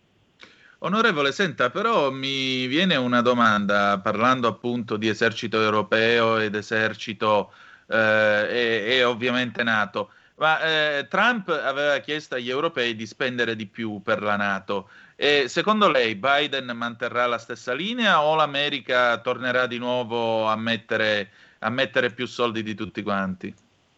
Onorevole, senta, però mi viene una domanda, parlando appunto di esercito europeo ed esercito eh, e, e ovviamente NATO, ma eh, Trump aveva chiesto agli europei di spendere di più per la NATO e secondo lei Biden manterrà la stessa linea o l'America tornerà di nuovo a mettere, a mettere più soldi di tutti quanti?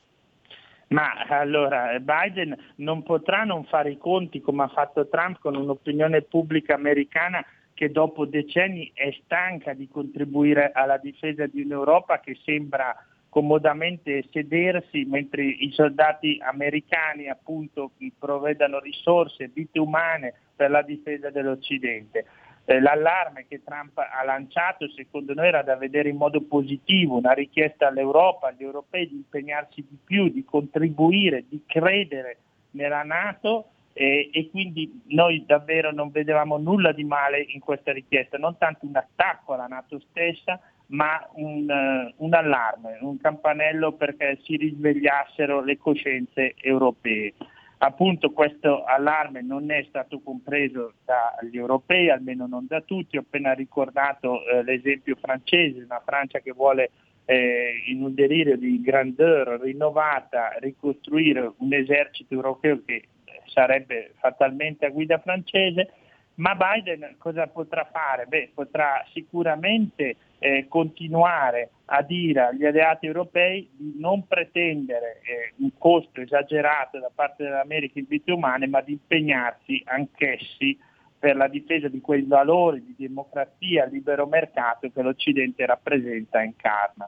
Ma allora Biden non potrà non fare i conti come ha fatto Trump con un'opinione pubblica americana che dopo decenni è stanca di contribuire alla difesa di un'Europa che sembra comodamente sedersi mentre i soldati americani appunto provvedano risorse, vite umane per la difesa dell'Occidente. Eh, l'allarme che Trump ha lanciato secondo noi era da vedere in modo positivo, una richiesta all'Europa, agli europei di impegnarsi di più, di contribuire, di credere nella NATO eh, e quindi noi davvero non vedevamo nulla di male in questa richiesta, non tanto un attacco alla NATO stessa, ma un, uh, un allarme, un campanello perché si risvegliassero le coscienze europee. Appunto questo allarme non è stato compreso dagli europei, almeno non da tutti. Ho appena ricordato eh, l'esempio francese, una Francia che vuole eh, in un delirio di grandeur rinnovata ricostruire un esercito europeo che sarebbe fatalmente a guida francese. Ma Biden cosa potrà fare? Beh, potrà sicuramente eh, continuare a dire agli alleati europei di non pretendere eh, un costo esagerato da parte dell'America in vite umane, ma di impegnarsi anch'essi per la difesa di quei valori di democrazia, libero mercato che l'Occidente rappresenta e incarna.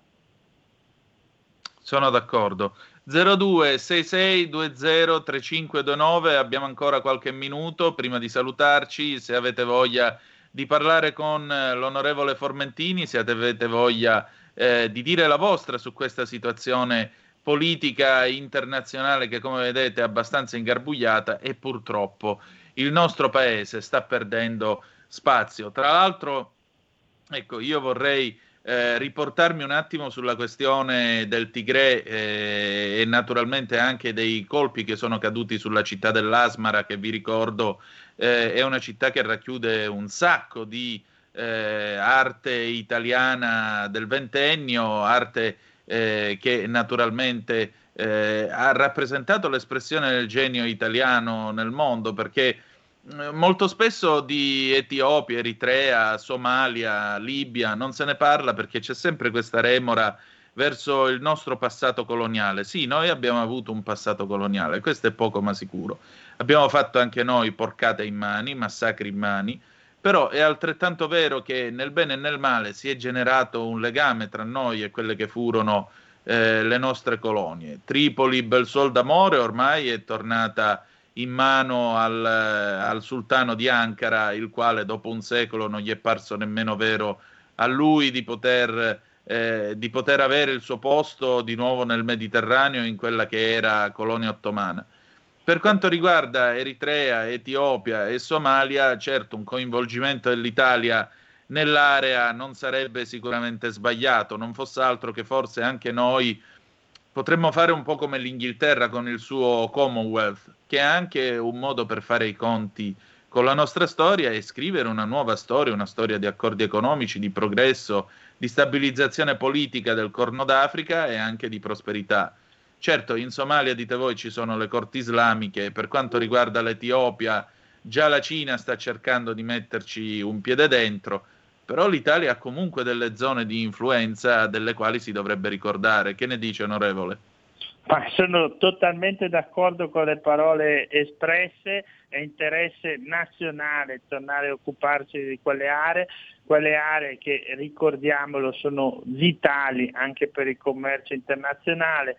Sono d'accordo. zero due sei sei due zero tre cinque due nove, abbiamo ancora qualche minuto prima di salutarci. Se avete voglia di parlare con l'onorevole Formentini, se avete voglia eh, di dire la vostra su questa situazione politica internazionale che, come vedete, è abbastanza ingarbugliata e purtroppo il nostro paese sta perdendo spazio. Tra l'altro, ecco, io vorrei Eh, riportarmi un attimo sulla questione del Tigre eh, e naturalmente anche dei colpi che sono caduti sulla città dell'Asmara, che vi ricordo eh, è una città che racchiude un sacco di eh, arte italiana del ventennio, arte eh, che naturalmente eh, ha rappresentato l'espressione del genio italiano nel mondo, perché molto spesso di Etiopia, Eritrea, Somalia, Libia non se ne parla perché c'è sempre questa remora verso il nostro passato coloniale. Sì, noi abbiamo avuto un passato coloniale, questo è poco ma sicuro. Abbiamo fatto anche noi porcate in mani, massacri in mani, però è altrettanto vero che nel bene e nel male si è generato un legame tra noi e quelle che furono eh, le nostre colonie. Tripoli, bel sol d'amore, ormai è tornata in mano al, al sultano di Ankara, il quale dopo un secolo non gli è parso nemmeno vero a lui di poter, eh, di poter avere il suo posto di nuovo nel Mediterraneo, in quella che era colonia ottomana. Per quanto riguarda Eritrea, Etiopia e Somalia, certo un coinvolgimento dell'Italia nell'area non sarebbe sicuramente sbagliato, non fosse altro che forse anche noi potremmo fare un po' come l'Inghilterra con il suo Commonwealth, che è anche un modo per fare i conti con la nostra storia e scrivere una nuova storia, una storia di accordi economici, di progresso, di stabilizzazione politica del Corno d'Africa e anche di prosperità. Certo, in Somalia, dite voi, ci sono le corti islamiche. Per quanto riguarda l'Etiopia, già la Cina sta cercando di metterci un piede dentro, però l'Italia ha comunque delle zone di influenza delle quali si dovrebbe ricordare. Che ne dice, onorevole? Ma sono totalmente d'accordo con le parole espresse. È interesse nazionale tornare a occuparci di quelle aree, quelle aree che, ricordiamolo, sono vitali anche per il commercio internazionale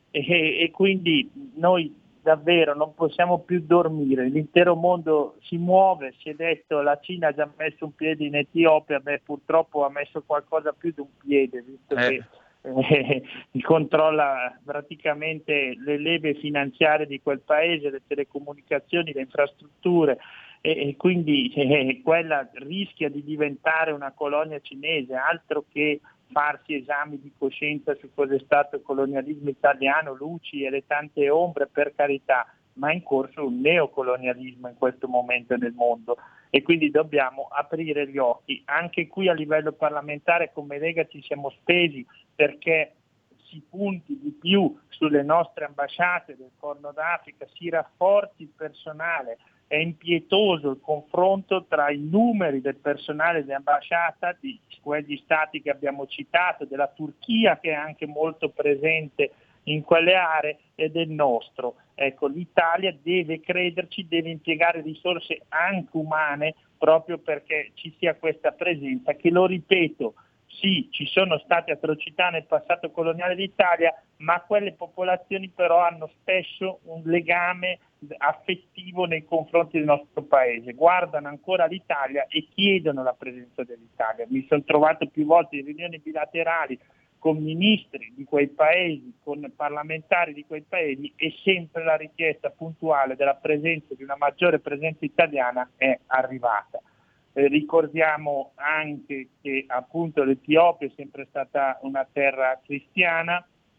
e, e quindi noi davvero non possiamo più dormire, l'intero mondo si muove. Si è detto la Cina ha già messo un piede in Etiopia, beh purtroppo ha messo qualcosa più di un piede, visto eh. che eh, controlla praticamente le leve finanziarie di quel paese, le telecomunicazioni, le infrastrutture e, e quindi eh, quella rischia di diventare una colonia cinese, altro che farsi esami di coscienza su cosa è stato il colonialismo italiano, luci e le tante ombre, per carità, ma è in corso un neocolonialismo in questo momento nel mondo e quindi dobbiamo aprire gli occhi. Anche qui a livello parlamentare come Lega ci siamo spesi perché si punti di più sulle nostre ambasciate del Corno d'Africa, si rafforzi il personale. È impietoso il confronto tra i numeri del personale di ambasciata di quegli stati che abbiamo citato, della Turchia che è anche molto presente in quelle aree e del nostro. Ecco, l'Italia deve crederci, deve impiegare risorse anche umane proprio perché ci sia questa presenza che, lo ripeto, sì, ci sono state atrocità nel passato coloniale d'Italia, ma quelle popolazioni però hanno spesso un legame affettivo nei confronti del nostro paese, guardano ancora l'Italia e chiedono la presenza dell'Italia. Mi sono trovato più volte in riunioni bilaterali con ministri di quei paesi, con parlamentari di quei paesi, e sempre la richiesta puntuale della presenza, di una maggiore presenza italiana è arrivata. Eh, ricordiamo anche che appunto l'Etiopia è sempre stata una terra cristiana,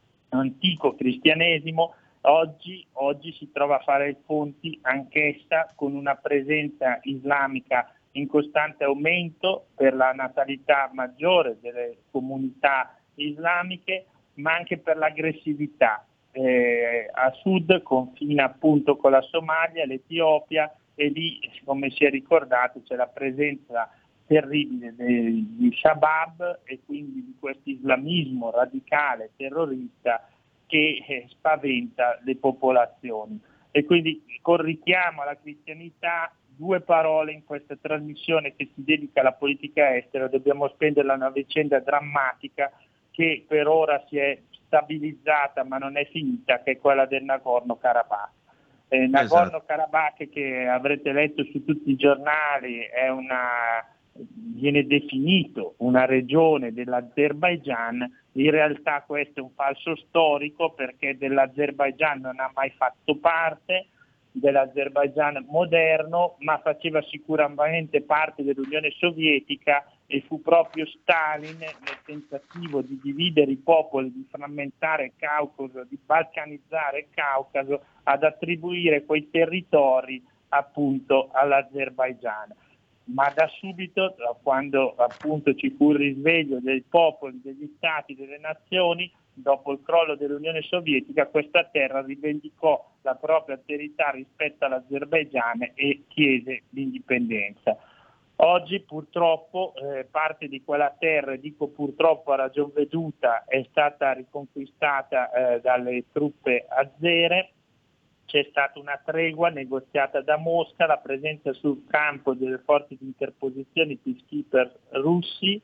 antico cristianesimo, oggi, oggi si trova a fare i conti anch'essa con una presenza islamica in costante aumento per la natalità maggiore delle comunità islamiche, ma anche per l'aggressività. Eh, a sud confina appunto con la Somalia, l'Etiopia, e lì, come si è ricordato, c'è la presenza terribile di, di Shabab e quindi di questo islamismo radicale, terrorista, che eh, spaventa le popolazioni. E quindi con richiamo alla cristianità, due parole in questa trasmissione che si dedica alla politica estera, dobbiamo spenderla a una vicenda drammatica che per ora si è stabilizzata ma non è finita, che è quella del Nagorno-Karabakh. Eh, Nagorno-Karabakh, che avrete letto su tutti i giornali, è una, viene definito una regione dell'Azerbaigian. In realtà questo è un falso storico, perché dell'Azerbaigian non ha mai fatto parte, dell'Azerbaigian moderno, ma faceva sicuramente parte dell'Unione Sovietica, e fu proprio Stalin, nel tentativo di dividere i popoli, di frammentare il Caucaso, di balcanizzare il Caucaso, ad attribuire quei territori appunto all'Azerbaigian. Ma da subito, da quando appunto ci fu il risveglio dei popoli, degli stati, delle nazioni, dopo il crollo dell'Unione Sovietica, questa terra rivendicò la propria alterità rispetto all'Azerbaigian e chiese l'indipendenza. Oggi purtroppo eh, parte di quella terra, e dico purtroppo a ragion veduta, è stata riconquistata eh, dalle truppe azere. C'è stata una tregua negoziata da Mosca, la presenza sul campo delle forze di interposizione peacekeeper russi,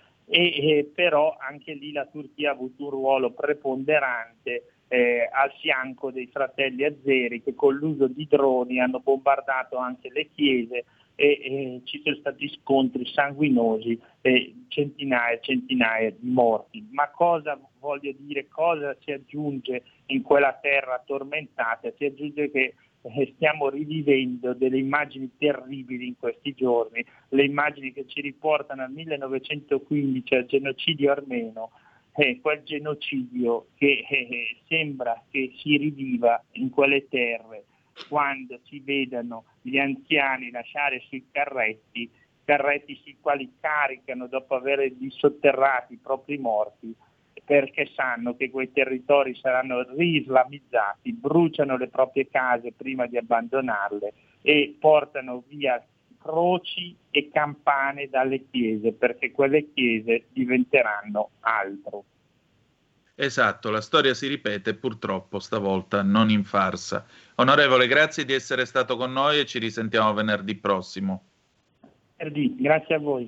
e eh, però anche lì la Turchia ha avuto un ruolo preponderante eh, al fianco dei fratelli azeri, che con l'uso di droni hanno bombardato anche le chiese, e eh, ci sono stati scontri sanguinosi e centinaia e centinaia di morti. Ma cosa voglio dire, cosa si aggiunge in quella terra tormentata? Si aggiunge che eh, stiamo rivivendo delle immagini terribili in questi giorni, le immagini che ci riportano al millenovecentoquindici, al genocidio armeno, eh, quel genocidio che eh, sembra che si riviva in quelle terre, quando si vedano gli anziani lasciare sui carretti, carretti sui quali caricano dopo aver dissotterrati i propri morti, perché sanno che quei territori saranno riislamizzati, bruciano le proprie case prima di abbandonarle e portano via croci e campane dalle chiese, perché quelle chiese diventeranno altro. Esatto, la storia si ripete, purtroppo stavolta non in farsa. Onorevole, grazie di essere stato con noi e ci risentiamo venerdì prossimo. Venerdì, grazie a voi.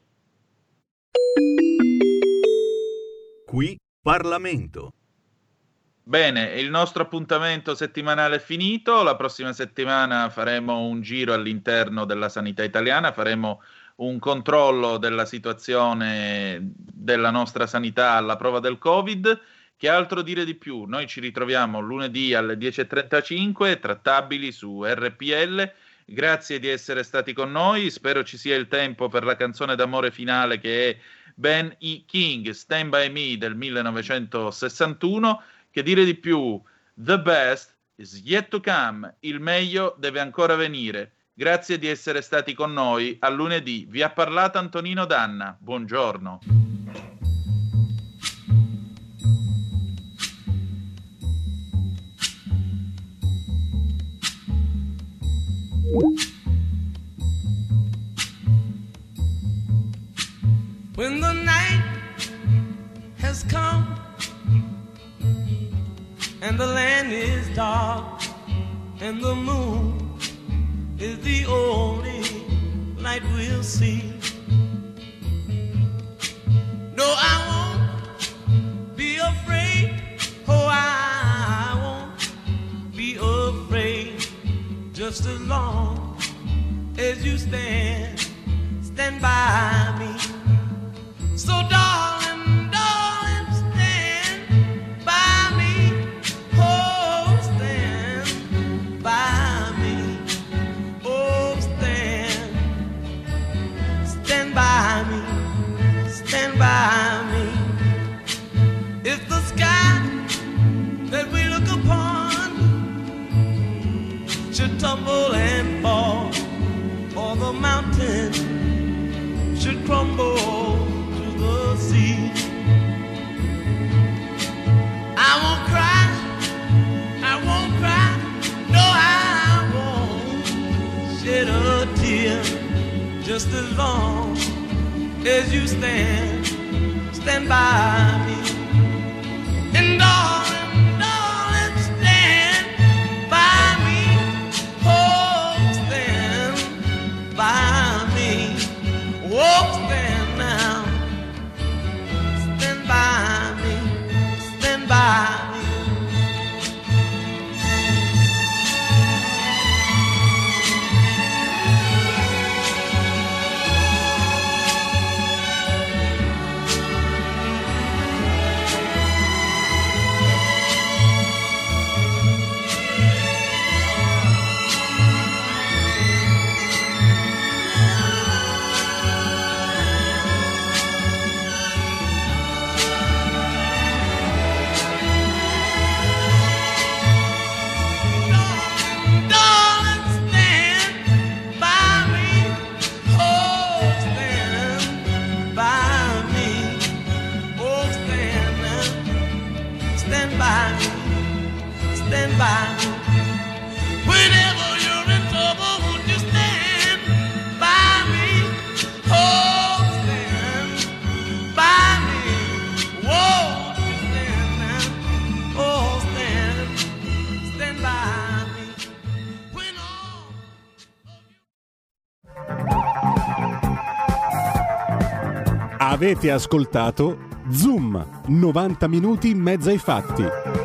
Qui Parlamento. Bene, il nostro appuntamento settimanale è finito. La prossima settimana faremo un giro all'interno della sanità italiana, faremo un controllo della situazione della nostra sanità alla prova del Covid. Che altro dire di più? Noi ci ritroviamo lunedì alle dieci e trentacinque, trattabili su R P L. Grazie di essere stati con noi, spero ci sia il tempo per la canzone d'amore finale, che è Ben E. King, Stand By Me del millenovecentosessantuno. Che dire di più? The best is yet to come, il meglio deve ancora venire. Grazie di essere stati con noi. A lunedì. Vi ha parlato Antonino Danna. Buongiorno. When the night has come and the land is dark and the moon is the only light we'll see. No just as long as you stand, stand by me. So darling, darling, stand by me. Oh, stand by me. Oh, stand, stand by me, stand by me. If the sky that we look upon should tumble and fall, or the mountain should crumble to the sea, I won't cry, I won't cry, no I won't shed a tear, just as long as you stand, stand by me. And darling, darling, stand by me. Oh, stand by me. Oh, stand now. Stand by me. Stand by me. Stand by me. Whenever you're in trouble, won't you stand by me? Oh, stand by me. Won't you stand now? Oh, stand, stand by me. When all Avete ascoltato Zoom, novanta minuti in mezzo ai fatti.